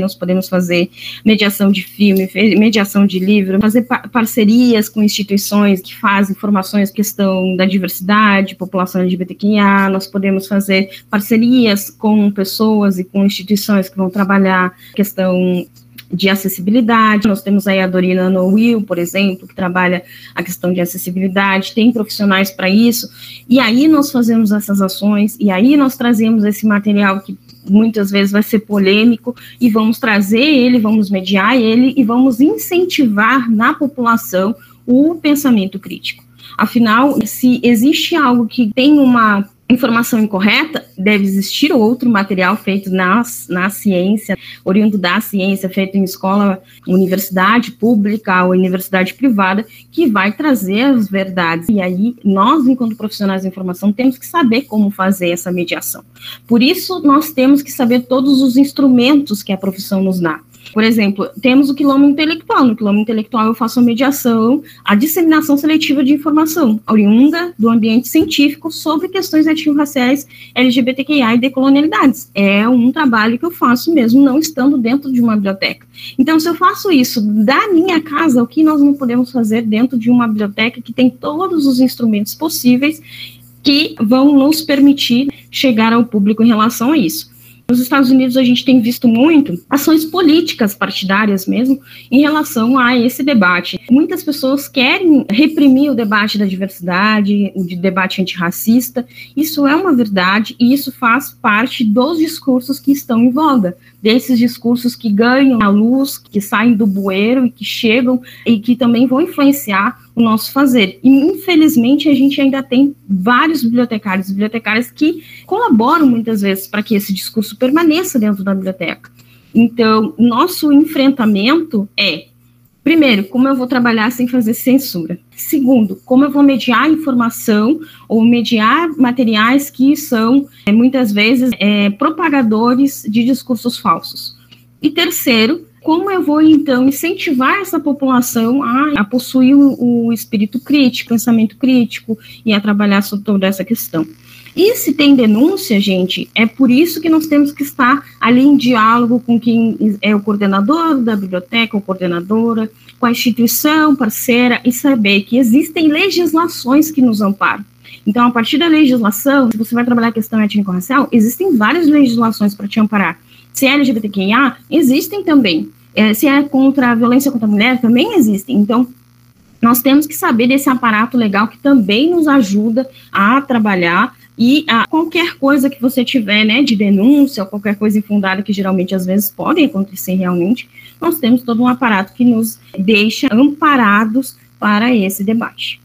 mediação de filme, mediação de livro, fazer parcerias com instituições que fazem formações, questão da diversidade, população LGBTQIA, nós podemos fazer parcerias com pessoas e com instituições que vão trabalhar questão de acessibilidade. Nós temos aí a Dorina Noel, por exemplo, que trabalha a questão de acessibilidade, tem profissionais para isso, e aí nós fazemos essas ações, e aí nós trazemos esse material que muitas vezes vai ser polêmico, e vamos trazer ele, vamos mediar ele, e vamos incentivar na população o pensamento crítico. Afinal, se existe algo que tem uma informação incorreta, deve existir outro material feito na ciência, oriundo da ciência, feito em escola, universidade pública ou universidade privada, que vai trazer as verdades. E aí, nós, enquanto profissionais de informação, temos que saber como fazer essa mediação. Por isso, nós temos que saber todos os instrumentos que a profissão nos dá. Por exemplo, temos o quilombo intelectual. No quilombo intelectual eu faço a mediação, a disseminação seletiva de informação, oriunda do ambiente científico sobre questões étnico-raciais, LGBTQIA e decolonialidades. É um trabalho que eu faço mesmo não estando dentro de uma biblioteca. Então, se eu faço isso da minha casa, o que nós não podemos fazer dentro de uma biblioteca que tem todos os instrumentos possíveis que vão nos permitir chegar ao público em relação a isso. Nos Estados Unidos, a gente tem visto muito ações políticas partidárias mesmo em relação a esse debate. Muitas pessoas querem reprimir o debate da diversidade, o debate antirracista. Isso é uma verdade e isso faz parte dos discursos que estão em voga, desses discursos que ganham a luz, que saem do bueiro e que chegam e que também vão influenciar o nosso fazer. E, infelizmente, a gente ainda tem vários bibliotecários e bibliotecárias que colaboram muitas vezes para que esse discurso permaneça dentro da biblioteca. Então, nosso enfrentamento é Primeiro, como eu vou trabalhar sem fazer censura? Segundo, como eu vou mediar informação ou mediar materiais que são, muitas vezes, propagadores de discursos falsos? E terceiro, como eu vou, então, incentivar essa população a possuir o espírito crítico, pensamento crítico e a trabalhar sobre toda essa questão? E se tem denúncia, gente, é por isso que nós temos que estar ali em diálogo com quem é o coordenador da biblioteca, ou coordenadora, com a instituição parceira, e saber que existem legislações que nos amparam. Então, a partir da legislação, se você vai trabalhar a questão étnico-racial, existem várias legislações para te amparar. Se é LGBTQIA, existem também. Se é contra a violência contra a mulher, também existem. Então, nós temos que saber desse aparato legal que também nos ajuda a trabalhar. E qualquer coisa que você tiver, né, de denúncia, ou qualquer coisa infundada, que geralmente às vezes podem acontecer realmente, nós temos todo um aparato que nos deixa amparados para esse debate.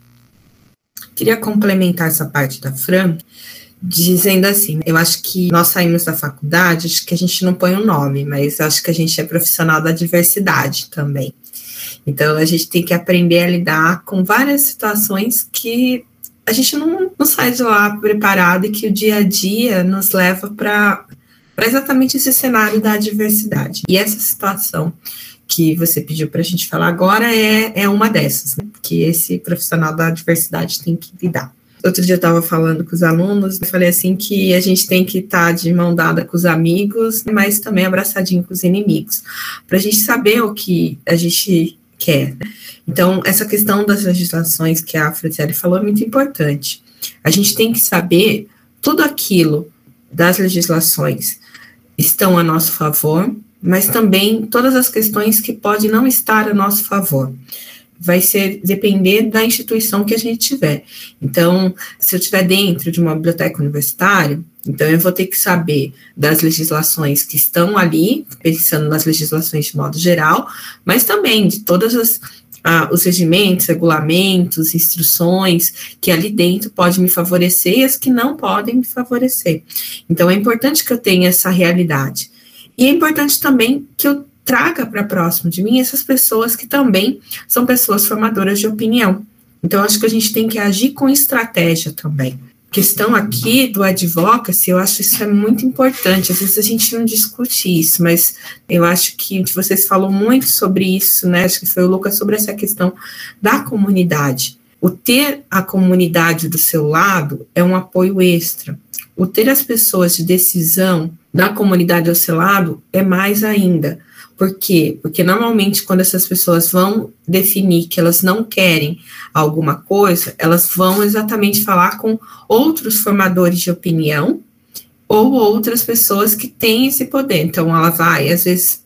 Queria complementar essa parte da Fran, dizendo assim, eu acho que nós saímos da faculdade, acho que a gente não põe um nome, mas acho que a gente é profissional da diversidade também. Então, a gente tem que aprender a lidar com várias situações que a gente não sai de lá preparado e que o dia a dia nos leva para exatamente esse cenário da diversidade. E essa situação que você pediu para a gente falar agora é uma dessas, né, que esse profissional da diversidade tem que lidar. Outro dia eu estava falando com os alunos, eu falei assim que a gente tem que estar de mão dada com os amigos, mas também abraçadinho com os inimigos, para a gente saber o que a gente quer. Então, essa questão das legislações que a Franciele falou é muito importante. A gente tem que saber tudo aquilo das legislações estão a nosso favor, mas também todas as questões que podem não estar a nosso favor. Vai depender da instituição que a gente tiver. Então, se eu estiver dentro de uma biblioteca universitária, então eu vou ter que saber das legislações que estão ali, pensando nas legislações de modo geral, mas também de todas os regimentos, regulamentos, instruções que ali dentro podem me favorecer e as que não podem me favorecer. Então, é importante que eu tenha essa realidade. E é importante também que eu traga para próximo de mim essas pessoas que também são pessoas formadoras de opinião. Então, acho que a gente tem que agir com estratégia também. A questão aqui do advocacy, eu acho isso é muito importante. Às vezes a gente não discute isso, mas eu acho que vocês falam muito sobre isso, né? Acho que foi o Lucas, sobre essa questão da comunidade. O ter a comunidade do seu lado é um apoio extra. O ter as pessoas de decisão da comunidade ao seu lado é mais ainda. Por quê? Porque normalmente quando essas pessoas vão definir que elas não querem alguma coisa, elas vão exatamente falar com outros formadores de opinião ou outras pessoas que têm esse poder. Então ela vai, às vezes,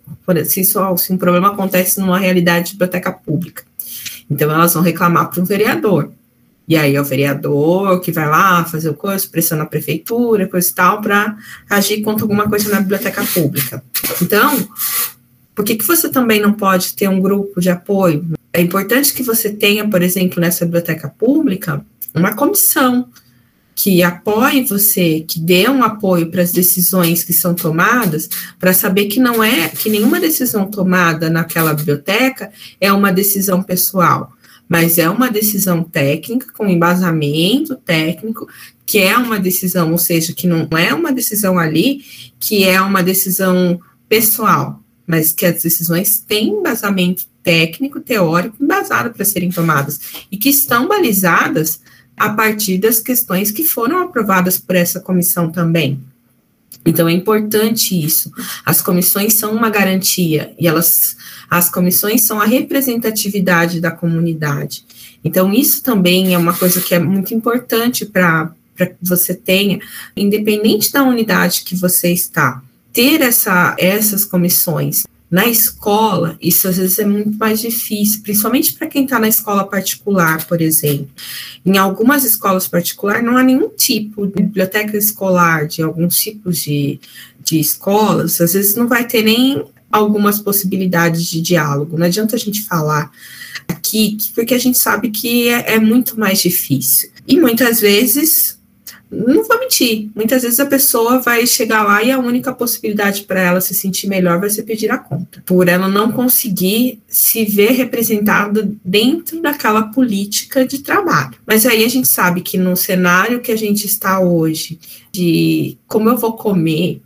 se um problema acontece numa realidade de biblioteca pública, então elas vão reclamar para um vereador. E aí é o vereador que vai lá fazer o curso, pressiona a prefeitura, coisa e tal, para agir contra alguma coisa na biblioteca pública. Então, por que você também não pode ter um grupo de apoio? É importante que você tenha, por exemplo, nessa biblioteca pública, uma comissão que apoie você, que dê um apoio para as decisões que são tomadas, para saber que não é, que nenhuma decisão tomada naquela biblioteca é uma decisão pessoal, mas é uma decisão técnica, com embasamento técnico, que é uma decisão, ou seja, que não é uma decisão ali, que é uma decisão pessoal, mas que as decisões têm embasamento técnico, teórico, embasado para serem tomadas, e que estão balizadas a partir das questões que foram aprovadas por essa comissão também. Então, é importante isso. As comissões são uma garantia, e as comissões são a representatividade da comunidade. Então, isso também é uma coisa que é muito importante para que você tenha, independente da unidade que você está, ter essas comissões. Na escola, isso às vezes é muito mais difícil, principalmente para quem está na escola particular, por exemplo. Em algumas escolas particulares, não há nenhum tipo de biblioteca escolar, de alguns tipos de escolas, às vezes não vai ter nem algumas possibilidades de diálogo. Não adianta a gente falar aqui, porque a gente sabe que é muito mais difícil. E muitas vezes Não vou mentir, muitas vezes a pessoa vai chegar lá e a única possibilidade para ela se sentir melhor vai ser pedir a conta, por ela não conseguir se ver representada dentro daquela política de trabalho. Mas aí a gente sabe que no cenário que a gente está hoje, de como eu vou comer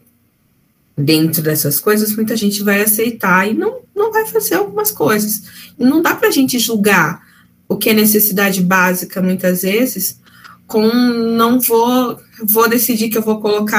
dentro dessas coisas, muita gente vai aceitar e não vai fazer algumas coisas. Não dá para a gente julgar o que é necessidade básica, muitas vezes, não vou decidir que eu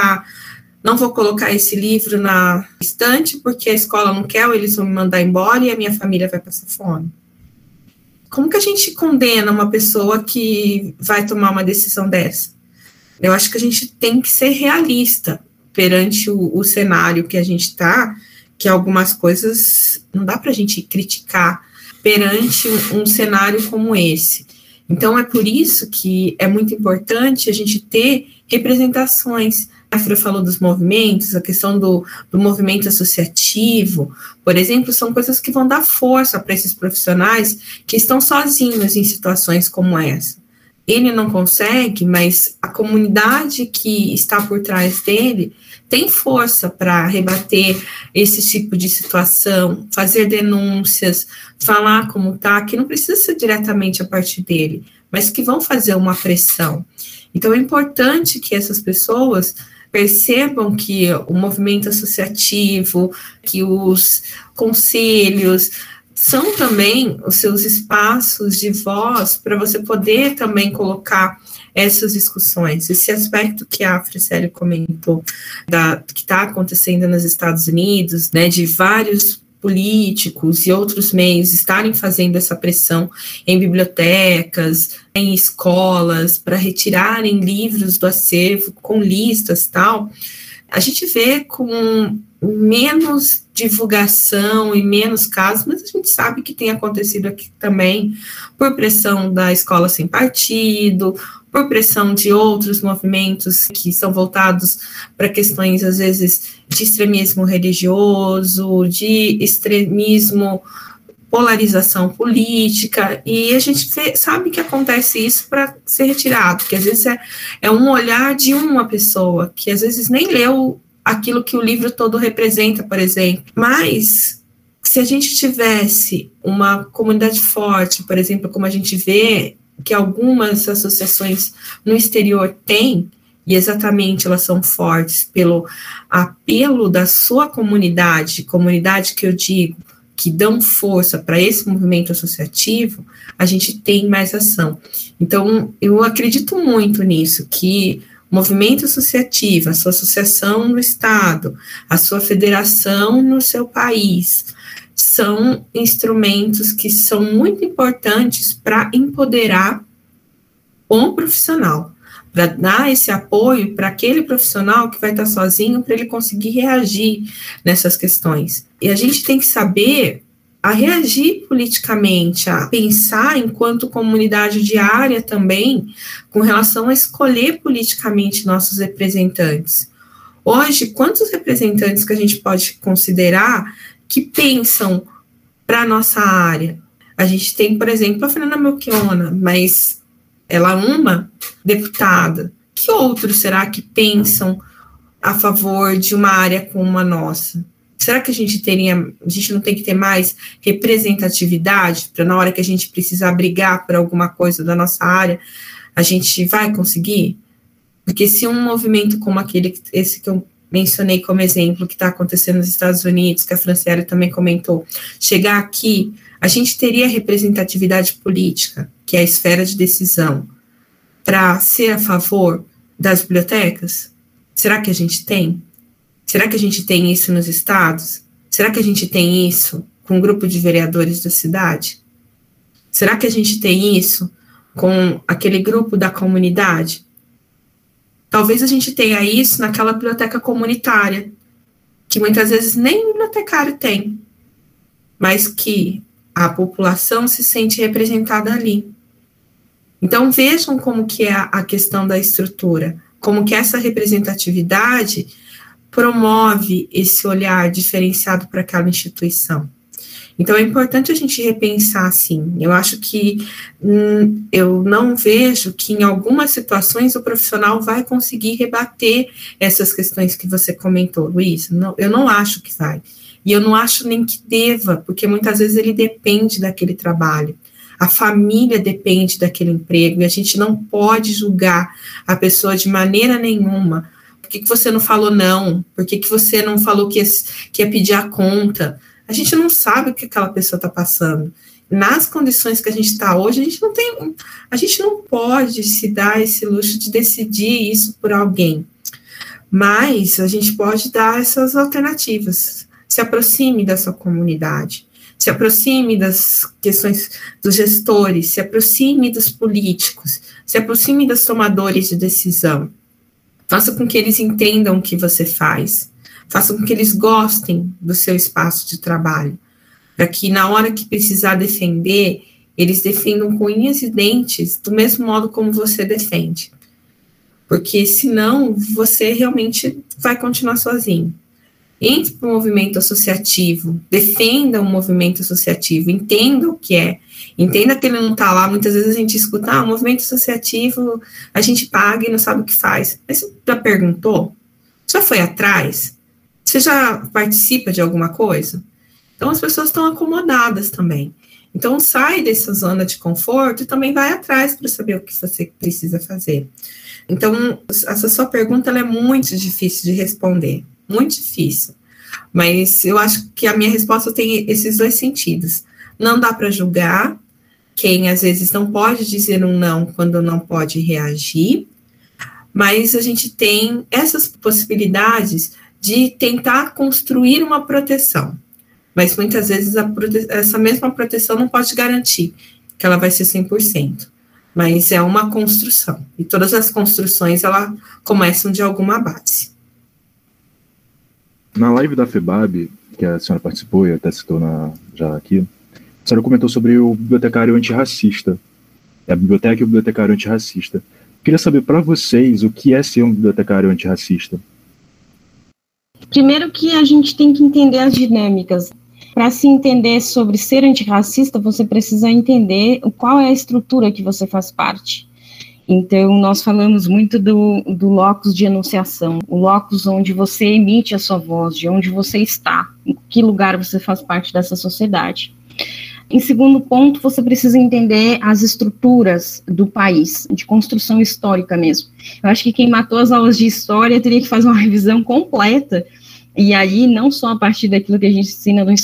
não vou colocar esse livro na estante porque a escola não quer, ou eles vão me mandar embora e a minha família vai passar fome. Como que a gente condena uma pessoa que vai tomar uma decisão dessa? Eu acho que a gente tem que ser realista perante o cenário que a gente está, que algumas coisas não dá para a gente criticar perante um cenário como esse. Então, é por isso que é muito importante a gente ter representações. A Fran falou dos movimentos, a questão do movimento associativo, por exemplo, são coisas que vão dar força para esses profissionais que estão sozinhos em situações como essa. Ele não consegue, mas a comunidade que está por trás dele tem força para rebater esse tipo de situação, fazer denúncias, falar como está, que não precisa ser diretamente a partir dele, mas que vão fazer uma pressão. Então, é importante que essas pessoas percebam que o movimento associativo, que os conselhos são também os seus espaços de voz para você poder também colocar essas discussões. Esse aspecto que a Franciele comentou, que está acontecendo nos Estados Unidos, né, de vários políticos e outros meios estarem fazendo essa pressão em bibliotecas, em escolas, para retirarem livros do acervo com listas e tal, a gente vê com menos divulgação e menos casos, mas a gente sabe que tem acontecido aqui também por pressão da escola sem partido, por pressão de outros movimentos que são voltados para questões, às vezes, de extremismo religioso, de extremismo, polarização política, e a gente sabe que acontece isso para ser retirado, que às vezes é um olhar de uma pessoa, que às vezes nem leu aquilo que o livro todo representa, por exemplo, mas se a gente tivesse uma comunidade forte, por exemplo, como a gente vê que algumas associações no exterior têm, e exatamente elas são fortes pelo apelo da sua comunidade que eu digo, que dão força para esse movimento associativo, a gente tem mais ação. Então, eu acredito muito nisso, que o movimento associativo, a sua associação no estado, a sua federação no seu país, são instrumentos que são muito importantes para empoderar o profissional, para dar esse apoio para aquele profissional que vai estar sozinho, para ele conseguir reagir nessas questões. E a gente tem que saber a reagir politicamente, a pensar enquanto comunidade diária também, com relação a escolher politicamente nossos representantes. Hoje, quantos representantes que a gente pode considerar que pensam para a nossa área? A gente tem, por exemplo, a Fernanda Melchiona, mas ela é uma deputada. Que outros será que pensam a favor de uma área como a nossa? Será que a gente não tem que ter mais representatividade para na hora que a gente precisar brigar por alguma coisa da nossa área, a gente vai conseguir? Porque se um movimento como esse que eu mencionei como exemplo, que está acontecendo nos Estados Unidos, que a Franciele também comentou, chegar aqui, a gente teria representatividade política, que é a esfera de decisão, para ser a favor das bibliotecas? Será que a gente tem? Será que a gente tem isso nos estados? Será que a gente tem isso com um grupo de vereadores da cidade? Será que a gente tem isso com aquele grupo da comunidade? Talvez a gente tenha isso naquela biblioteca comunitária, que muitas vezes nem o bibliotecário tem, mas que a população se sente representada ali. Então vejam como que é a questão da estrutura, como que essa representatividade promove esse olhar diferenciado para aquela instituição. Então, é importante a gente repensar, assim. Eu acho que eu não vejo que em algumas situações o profissional vai conseguir rebater essas questões que você comentou, Luiz. Não, eu não acho que vai. E eu não acho nem que deva, porque muitas vezes ele depende daquele trabalho. A família depende daquele emprego, e a gente não pode julgar a pessoa de maneira nenhuma. Por que você não falou não? Por que você não falou que ia pedir a conta? A gente não sabe o que aquela pessoa está passando. Nas condições que a gente está hoje, a gente não pode se dar esse luxo de decidir isso por alguém. Mas a gente pode dar essas alternativas. Se aproxime da sua comunidade, se aproxime das questões dos gestores, se aproxime dos políticos, se aproxime dos tomadores de decisão. Faça com que eles entendam o que você faz. Faça com que eles gostem do seu espaço de trabalho, para que na hora que precisar defender, eles defendam com unhas e dentes, do mesmo modo como você defende. Porque senão, você realmente vai continuar sozinho. Entre para o movimento associativo, defenda o movimento associativo, entenda o que é, entenda que ele não está lá. Muitas vezes a gente escuta, o movimento associativo, a gente paga e não sabe o que faz. Mas você já perguntou? Já foi atrás? Você já participa de alguma coisa? Então, as pessoas estão acomodadas também. Então, sai dessa zona de conforto e também vai atrás para saber o que você precisa fazer. Então, essa sua pergunta ela é muito difícil de responder, muito difícil. Mas eu acho que a minha resposta tem esses dois sentidos. Não dá para julgar quem, às vezes, não pode dizer um não quando não pode reagir, mas a gente tem essas possibilidades de tentar construir uma proteção. Mas muitas vezes essa mesma proteção não pode garantir que ela vai ser 100%. Mas é uma construção. E todas as construções, elas começam de alguma base. Na live da FEBAB, que a senhora participou e até citou já aqui, a senhora comentou sobre o bibliotecário antirracista. A biblioteca e o bibliotecário antirracista. Queria saber para vocês o que é ser um bibliotecário antirracista. Primeiro que a gente tem que entender as dinâmicas. Para se entender sobre ser antirracista, você precisa entender qual é a estrutura que você faz parte. Então, nós falamos muito do locus de enunciação, o locus onde você emite a sua voz, de onde você está, em que lugar você faz parte dessa sociedade. Em segundo ponto, você precisa entender as estruturas do país, de construção histórica mesmo. Eu acho que quem matou as aulas de história teria que fazer uma revisão completa, e aí não só a partir daquilo que a gente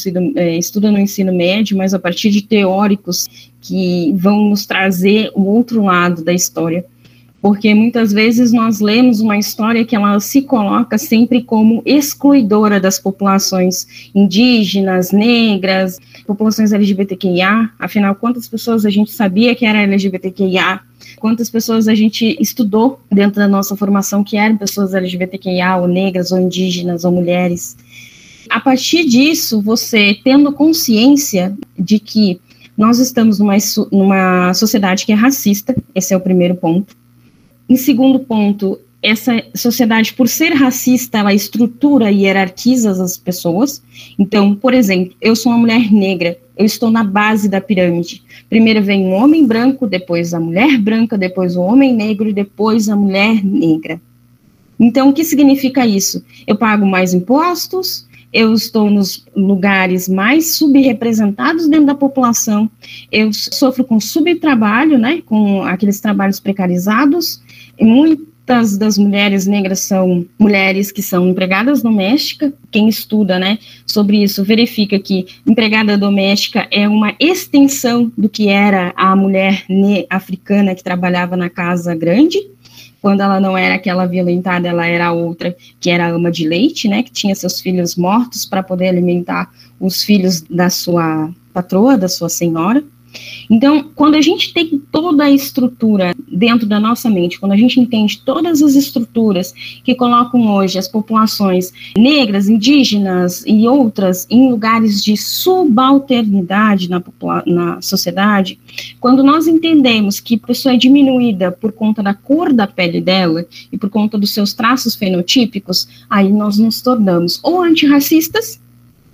estuda no ensino médio, mas a partir de teóricos que vão nos trazer o outro lado da história. Porque muitas vezes nós lemos uma história que ela se coloca sempre como excluidora das populações indígenas, negras, populações LGBTQIA, afinal, quantas pessoas a gente sabia que era LGBTQIA, quantas pessoas a gente estudou dentro da nossa formação que eram pessoas LGBTQIA, ou negras, ou indígenas, ou mulheres. A partir disso, você tendo consciência de que nós estamos numa sociedade que é racista, esse é o primeiro ponto. Em segundo ponto, essa sociedade, por ser racista, ela estrutura e hierarquiza as pessoas. Então, por exemplo, eu sou uma mulher negra, eu estou na base da pirâmide. Primeiro vem o homem branco, depois a mulher branca, depois o homem negro e depois a mulher negra. Então, o que significa isso? Eu pago mais impostos, eu estou nos lugares mais subrepresentados dentro da população, eu sofro com subtrabalho, né, com aqueles trabalhos precarizados, e muitas das mulheres negras são mulheres que são empregadas domésticas. Quem estuda, né, sobre isso verifica que empregada doméstica é uma extensão do que era a mulher africana que trabalhava na casa grande. Quando ela não era aquela violentada, ela era outra, que era a ama de leite, né, que tinha seus filhos mortos para poder alimentar os filhos da sua patroa, da sua senhora. Então, quando a gente tem toda a estrutura dentro da nossa mente, quando a gente entende todas as estruturas que colocam hoje as populações negras, indígenas e outras em lugares de subalternidade na sociedade, quando nós entendemos que a pessoa é diminuída por conta da cor da pele dela e por conta dos seus traços fenotípicos, aí nós nos tornamos ou antirracistas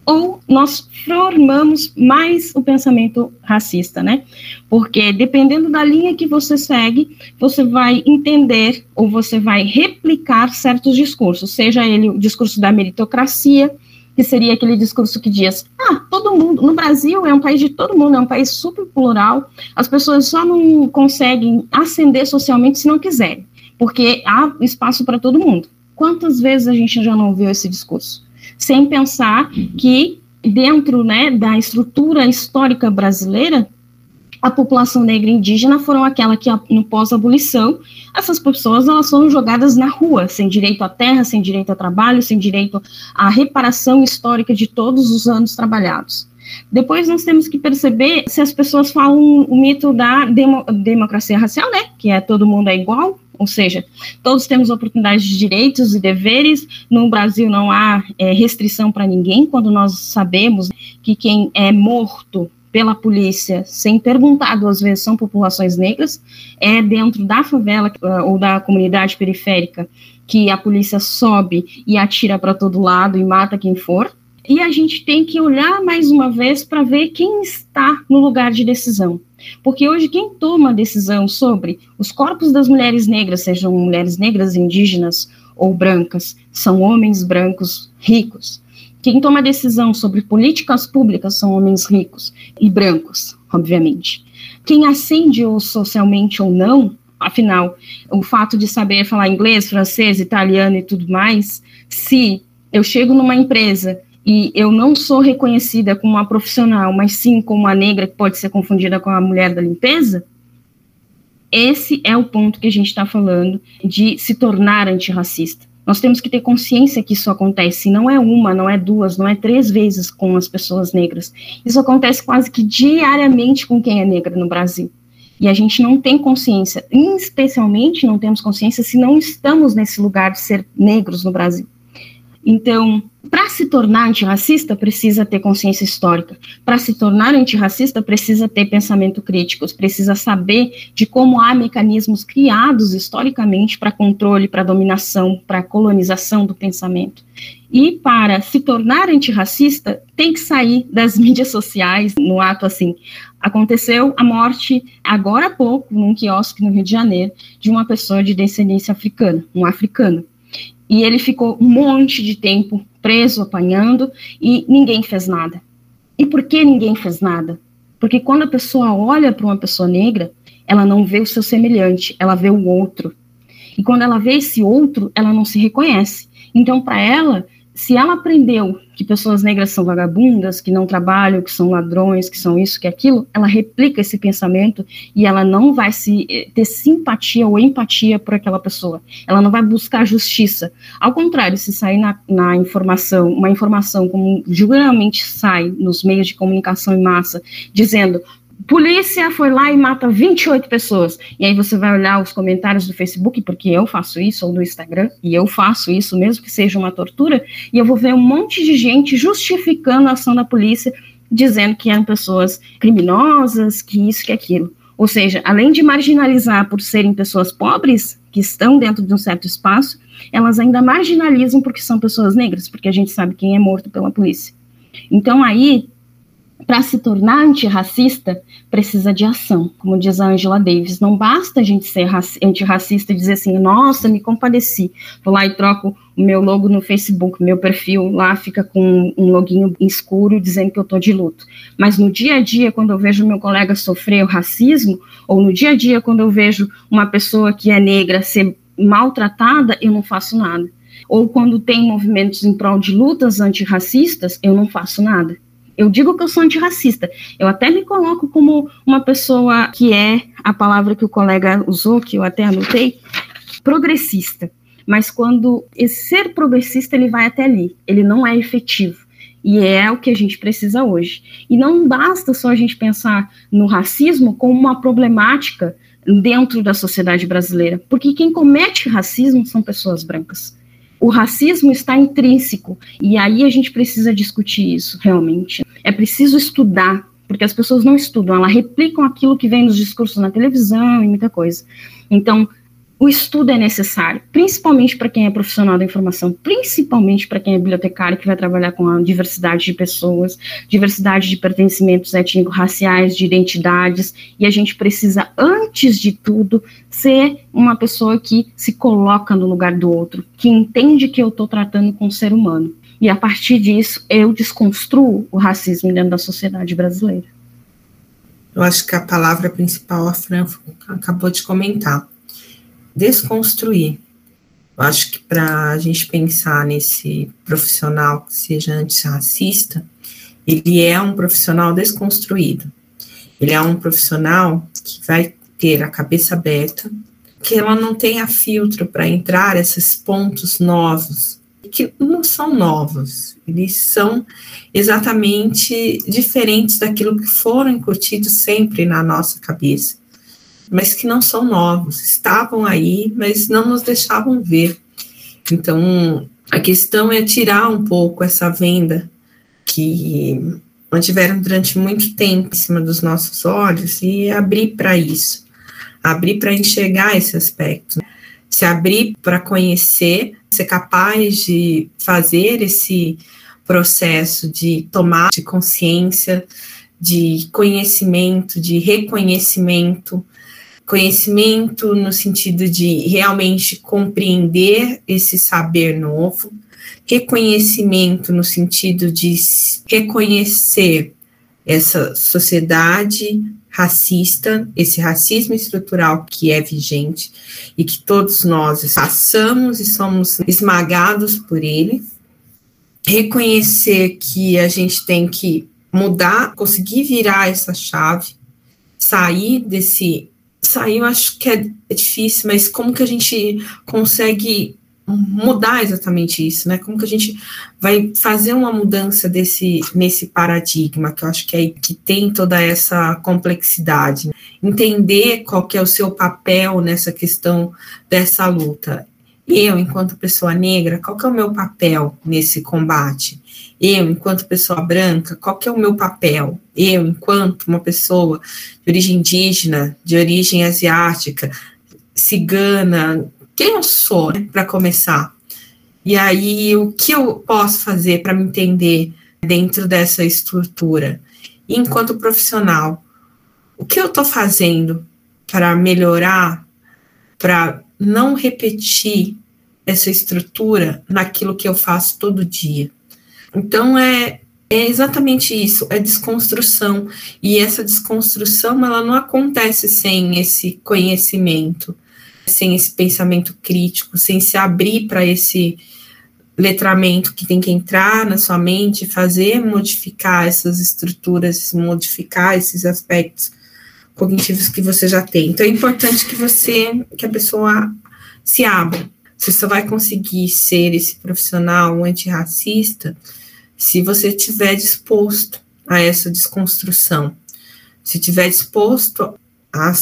ou nós formamos mais o pensamento racista, né? Porque dependendo da linha que você segue, você vai entender ou você vai replicar certos discursos, seja ele o discurso da meritocracia, que seria aquele discurso que diz, todo mundo, no Brasil é um país de todo mundo, é um país super plural, as pessoas só não conseguem ascender socialmente se não quiserem, porque há espaço para todo mundo. Quantas vezes a gente já não ouviu esse discurso? Sem pensar que dentro, né, da estrutura histórica brasileira, a população negra e indígena foram aquela que, no pós-abolição, essas pessoas elas foram jogadas na rua, sem direito à terra, sem direito a trabalho, sem direito à reparação histórica de todos os anos trabalhados. Depois nós temos que perceber se as pessoas falam o mito da democracia racial, né, que é todo mundo é igual, ou seja, todos temos oportunidades de direitos e deveres, no Brasil não há restrição para ninguém, quando nós sabemos que quem é morto pela polícia, sem perguntar duas vezes, são populações negras, é dentro da favela ou da comunidade periférica que a polícia sobe e atira para todo lado e mata quem for, e a gente tem que olhar mais uma vez para ver quem está no lugar de decisão, porque hoje quem toma a decisão sobre os corpos das mulheres negras, sejam mulheres negras, indígenas ou brancas, são homens brancos ricos. Quem toma a decisão sobre políticas públicas são homens ricos e brancos, obviamente. Quem ascende socialmente ou não, afinal, o fato de saber falar inglês, francês, italiano e tudo mais, se eu chego numa empresa e eu não sou reconhecida como uma profissional, mas sim como uma negra que pode ser confundida com a mulher da limpeza, esse é o ponto que a gente está falando de se tornar antirracista. Nós temos que ter consciência que isso acontece, não é uma, não é duas, não é 3 vezes com as pessoas negras. Isso acontece quase que diariamente com quem é negra no Brasil. E a gente não tem consciência, especialmente não temos consciência se não estamos nesse lugar de ser negros no Brasil. Então, para se tornar antirracista, precisa ter consciência histórica. Para se tornar antirracista, precisa ter pensamento crítico, precisa saber de como há mecanismos criados historicamente para controle, para dominação, para colonização do pensamento. E para se tornar antirracista, tem que sair das mídias sociais, no ato assim. Aconteceu a morte, agora há pouco, num quiosque no Rio de Janeiro, de uma pessoa de descendência africana, um africano. E ele ficou um monte de tempo preso, apanhando, e ninguém fez nada. E por que ninguém fez nada? Porque quando a pessoa olha para uma pessoa negra, ela não vê o seu semelhante, ela vê o outro. E quando ela vê esse outro, ela não se reconhece. Então, para ela, se ela aprendeu que pessoas negras são vagabundas, que não trabalham, que são ladrões, que são isso, que aquilo, ela replica esse pensamento e ela não vai ter simpatia ou empatia por aquela pessoa. Ela não vai buscar justiça. Ao contrário, se sair na informação, uma informação como geralmente sai nos meios de comunicação em massa, dizendo: polícia foi lá e mata 28 pessoas. E aí você vai olhar os comentários do Facebook, porque eu faço isso, ou do Instagram, e eu faço isso mesmo que seja uma tortura, e eu vou ver um monte de gente justificando a ação da polícia, dizendo que eram pessoas criminosas, que isso, que aquilo. Ou seja, além de marginalizar por serem pessoas pobres, que estão dentro de um certo espaço, elas ainda marginalizam porque são pessoas negras, porque a gente sabe quem é morto pela polícia. Então aí, para se tornar antirracista, precisa de ação, como diz a Angela Davis. Não basta a gente ser antirracista e dizer assim: nossa, me compadeci, vou lá e troco o meu logo no Facebook, meu perfil lá fica com um loginho escuro dizendo que eu estou de luto. Mas no dia a dia, quando eu vejo meu colega sofrer o racismo, ou no dia a dia, quando eu vejo uma pessoa que é negra ser maltratada, eu não faço nada. Ou quando tem movimentos em prol de lutas antirracistas, eu não faço nada. Eu digo que eu sou antirracista, eu até me coloco como uma pessoa que é, a palavra que o colega usou, que eu até anotei, progressista. Mas quando esse ser progressista, ele vai até ali, ele não é efetivo. E é o que a gente precisa hoje. E não basta só a gente pensar no racismo como uma problemática dentro da sociedade brasileira, porque quem comete racismo são pessoas brancas. O racismo está intrínseco, e aí a gente precisa discutir isso, realmente. É preciso estudar, porque as pessoas não estudam, elas replicam aquilo que vem nos discursos na televisão e muita coisa. Então, o estudo é necessário, principalmente para quem é profissional da informação, principalmente para quem é bibliotecário, que vai trabalhar com a diversidade de pessoas, diversidade de pertencimentos étnico-raciais, de identidades, e a gente precisa, antes de tudo, ser uma pessoa que se coloca no lugar do outro, que entende que eu estou tratando com um ser humano. E a partir disso, eu desconstruo o racismo dentro da sociedade brasileira. Eu acho que a palavra principal a Fran acabou de comentar. Desconstruir. Eu acho que para a gente pensar nesse profissional que seja antirracista, ele é um profissional desconstruído. Ele é um profissional que vai ter a cabeça aberta, que ela não tenha filtro para entrar esses pontos novos, que não são novos, eles são exatamente diferentes daquilo que foram incutidos sempre na nossa cabeça, mas que não são novos, estavam aí, mas não nos deixavam ver. Então, a questão é tirar um pouco essa venda que mantiveram durante muito tempo em cima dos nossos olhos e abrir para isso, abrir para enxergar esse aspecto, se abrir para conhecer, ser capaz de fazer esse processo de tomar de consciência, de conhecimento, de reconhecimento, conhecimento no sentido de realmente compreender esse saber novo, reconhecimento no sentido de reconhecer essa sociedade racista, esse racismo estrutural que é vigente e que todos nós passamos e somos esmagados por ele, reconhecer que a gente tem que mudar, conseguir virar essa chave, sair, eu acho que é difícil, mas como que a gente consegue mudar exatamente isso, né? Como que a gente vai fazer uma mudança nesse paradigma, que eu acho que é aí que tem toda essa complexidade. Entender qual que é o seu papel nessa questão dessa luta. Eu, enquanto pessoa negra, qual que é o meu papel nesse combate? Eu, enquanto pessoa branca, qual que é o meu papel? Eu, enquanto uma pessoa de origem indígena, de origem asiática, cigana, quem eu sou, né, para começar? E aí, o que eu posso fazer para me entender dentro dessa estrutura? E enquanto profissional, o que eu estou fazendo para melhorar, para não repetir essa estrutura naquilo que eu faço todo dia? Então, é exatamente isso, é desconstrução. E essa desconstrução, ela não acontece sem esse conhecimento, sem esse pensamento crítico, sem se abrir para esse letramento que tem que entrar na sua mente, fazer modificar essas estruturas, modificar esses aspectos cognitivos que você já tem. Então é importante que a pessoa se abra. Você só vai conseguir ser esse profissional antirracista se você estiver disposto a essa desconstrução, se estiver disposto a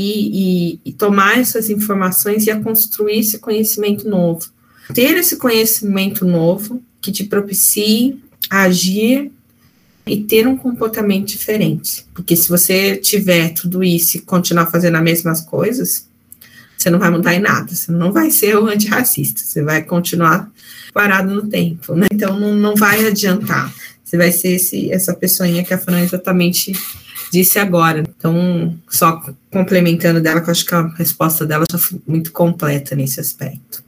sair e tomar essas informações e a construir esse conhecimento novo. Ter esse conhecimento novo que te propicie a agir e ter um comportamento diferente. Porque se você tiver tudo isso e continuar fazendo as mesmas coisas, você não vai mudar em nada, você não vai ser o antirracista, você vai continuar parado no tempo, né? Então não vai adiantar. Você vai ser essa pessoinha que a Fran exatamente disse agora. Então, só complementando dela, que eu acho que a resposta dela já foi muito completa nesse aspecto.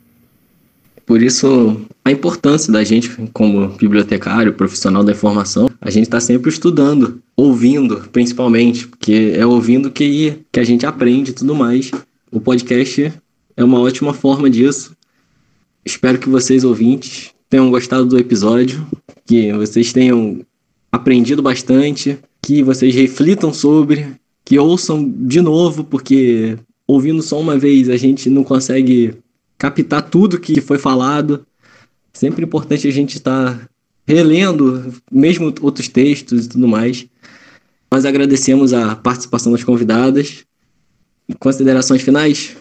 Por isso, a importância da gente, como bibliotecário, profissional da informação, a gente está sempre estudando, ouvindo, principalmente, porque é ouvindo que a gente aprende e tudo mais. O podcast é uma ótima forma disso. Espero que vocês, ouvintes, tenham gostado do episódio, que vocês tenham aprendido bastante, que vocês reflitam sobre, que ouçam de novo, porque ouvindo só uma vez a gente não consegue captar tudo que foi falado. Sempre importante a gente estar relendo, mesmo outros textos e tudo mais. Nós agradecemos a participação das convidadas. Considerações finais?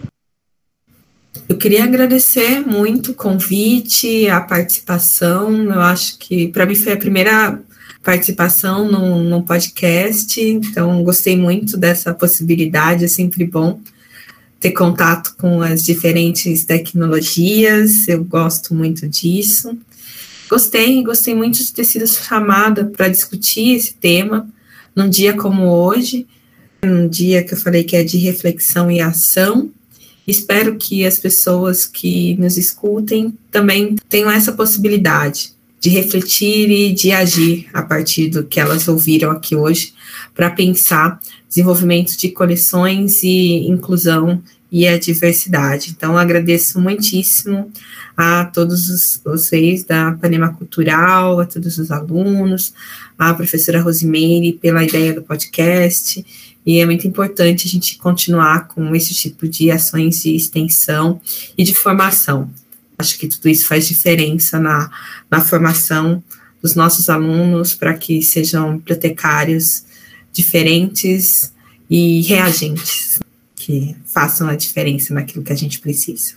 Eu queria agradecer muito o convite, a participação. Eu acho que para mim foi a primeira participação no podcast, então gostei muito dessa possibilidade, é sempre bom ter contato com as diferentes tecnologias, eu gosto muito disso. Gostei muito de ter sido chamada para discutir esse tema num dia como hoje, num dia que eu falei que é de reflexão e ação. Espero que as pessoas que nos escutem também tenham essa possibilidade de refletir e de agir a partir do que elas ouviram aqui hoje, para pensar desenvolvimento de coleções e inclusão e a diversidade. Então, agradeço muitíssimo a todos vocês da Panema Cultural, a todos os alunos, a professora Rosimeire pela ideia do podcast, e é muito importante a gente continuar com esse tipo de ações de extensão e de formação. Acho que tudo isso faz diferença na formação dos nossos alunos para que sejam bibliotecários diferentes e reagentes, que façam a diferença naquilo que a gente precisa.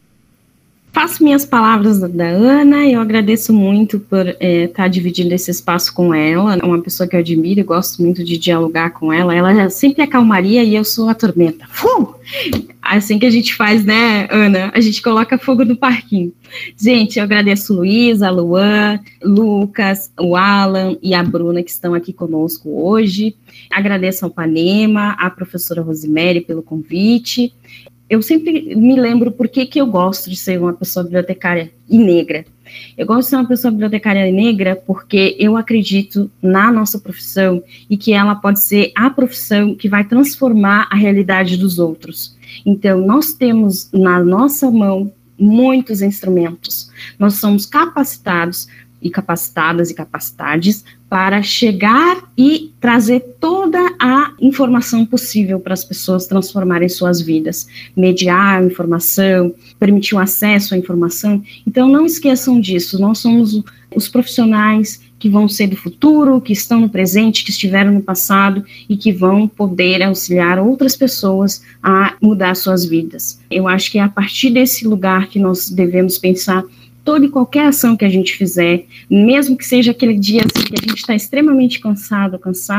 Faço minhas palavras da Ana, eu agradeço muito por estar dividindo esse espaço com ela, é uma pessoa que eu admiro e gosto muito de dialogar com ela sempre é calmaria e eu sou a tormenta. Assim que a gente faz, né, Ana? A gente coloca fogo no parquinho. Gente, eu agradeço Luísa, a Luan, Lucas, o Alan e a Bruna que estão aqui conosco hoje. Agradeço ao Panema, à professora Rosimeire pelo convite. Eu sempre me lembro por que eu gosto de ser uma pessoa bibliotecária e negra. Eu gosto de ser uma pessoa bibliotecária negra porque eu acredito na nossa profissão e que ela pode ser a profissão que vai transformar a realidade dos outros. Então, nós temos na nossa mão muitos instrumentos. Nós somos capacitados e capacitadas e capacitados para chegar e trazer toda a informação possível para as pessoas transformarem suas vidas, mediar a informação, permitir o acesso à informação. Então, não esqueçam disso, nós somos os profissionais que vão ser do futuro, que estão no presente, que estiveram no passado e que vão poder auxiliar outras pessoas a mudar suas vidas. Eu acho que é a partir desse lugar que nós devemos pensar toda e qualquer ação que a gente fizer, mesmo que seja aquele dia assim, que a gente está extremamente cansada,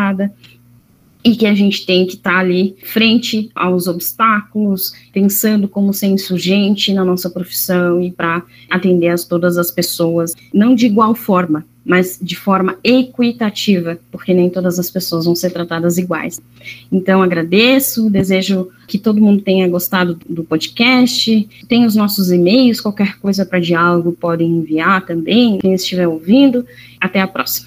e que a gente tem que estar ali frente aos obstáculos, pensando como ser insurgente na nossa profissão e para atender a todas as pessoas, não de igual forma, mas de forma equitativa, porque nem todas as pessoas vão ser tratadas iguais. Então, agradeço, desejo que todo mundo tenha gostado do podcast, tem os nossos e-mails, qualquer coisa para diálogo podem enviar também, quem estiver ouvindo. Até a próxima.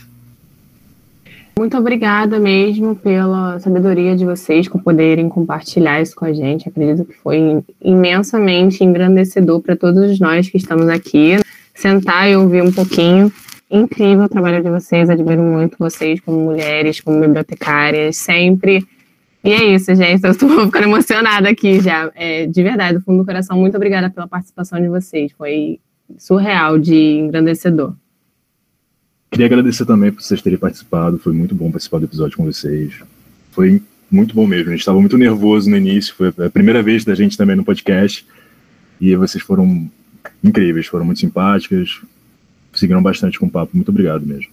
Muito obrigada mesmo pela sabedoria de vocês, por poderem compartilhar isso com a gente. Acredito que foi imensamente engrandecedor para todos nós que estamos aqui. Sentar e ouvir um pouquinho. Incrível o trabalho de vocês, admiro muito vocês como mulheres, como bibliotecárias, sempre. E é isso, gente, eu estou ficando emocionada aqui já. De verdade, do fundo do coração, muito obrigada pela participação de vocês. Foi surreal, de engrandecedor. Queria agradecer também por vocês terem participado, foi muito bom participar do episódio com vocês. Foi muito bom mesmo, a gente estava muito nervoso no início, foi a primeira vez da gente também no podcast, e vocês foram incríveis, foram muito simpáticas, seguiram bastante com o papo, muito obrigado mesmo.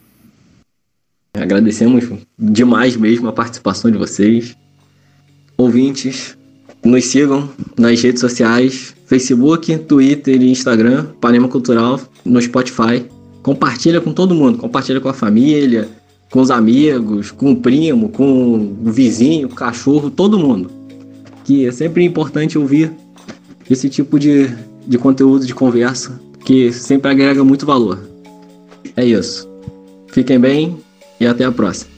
Agradecemos demais mesmo a participação de vocês. Ouvintes, nos sigam nas redes sociais, Facebook, Twitter e Instagram, Panema Cultural, no Spotify. Compartilha com todo mundo, compartilha com a família, com os amigos, com o primo, com o vizinho, com o cachorro, todo mundo. Que é sempre importante ouvir esse tipo de conteúdo, de conversa, que sempre agrega muito valor. É isso. Fiquem bem e até a próxima.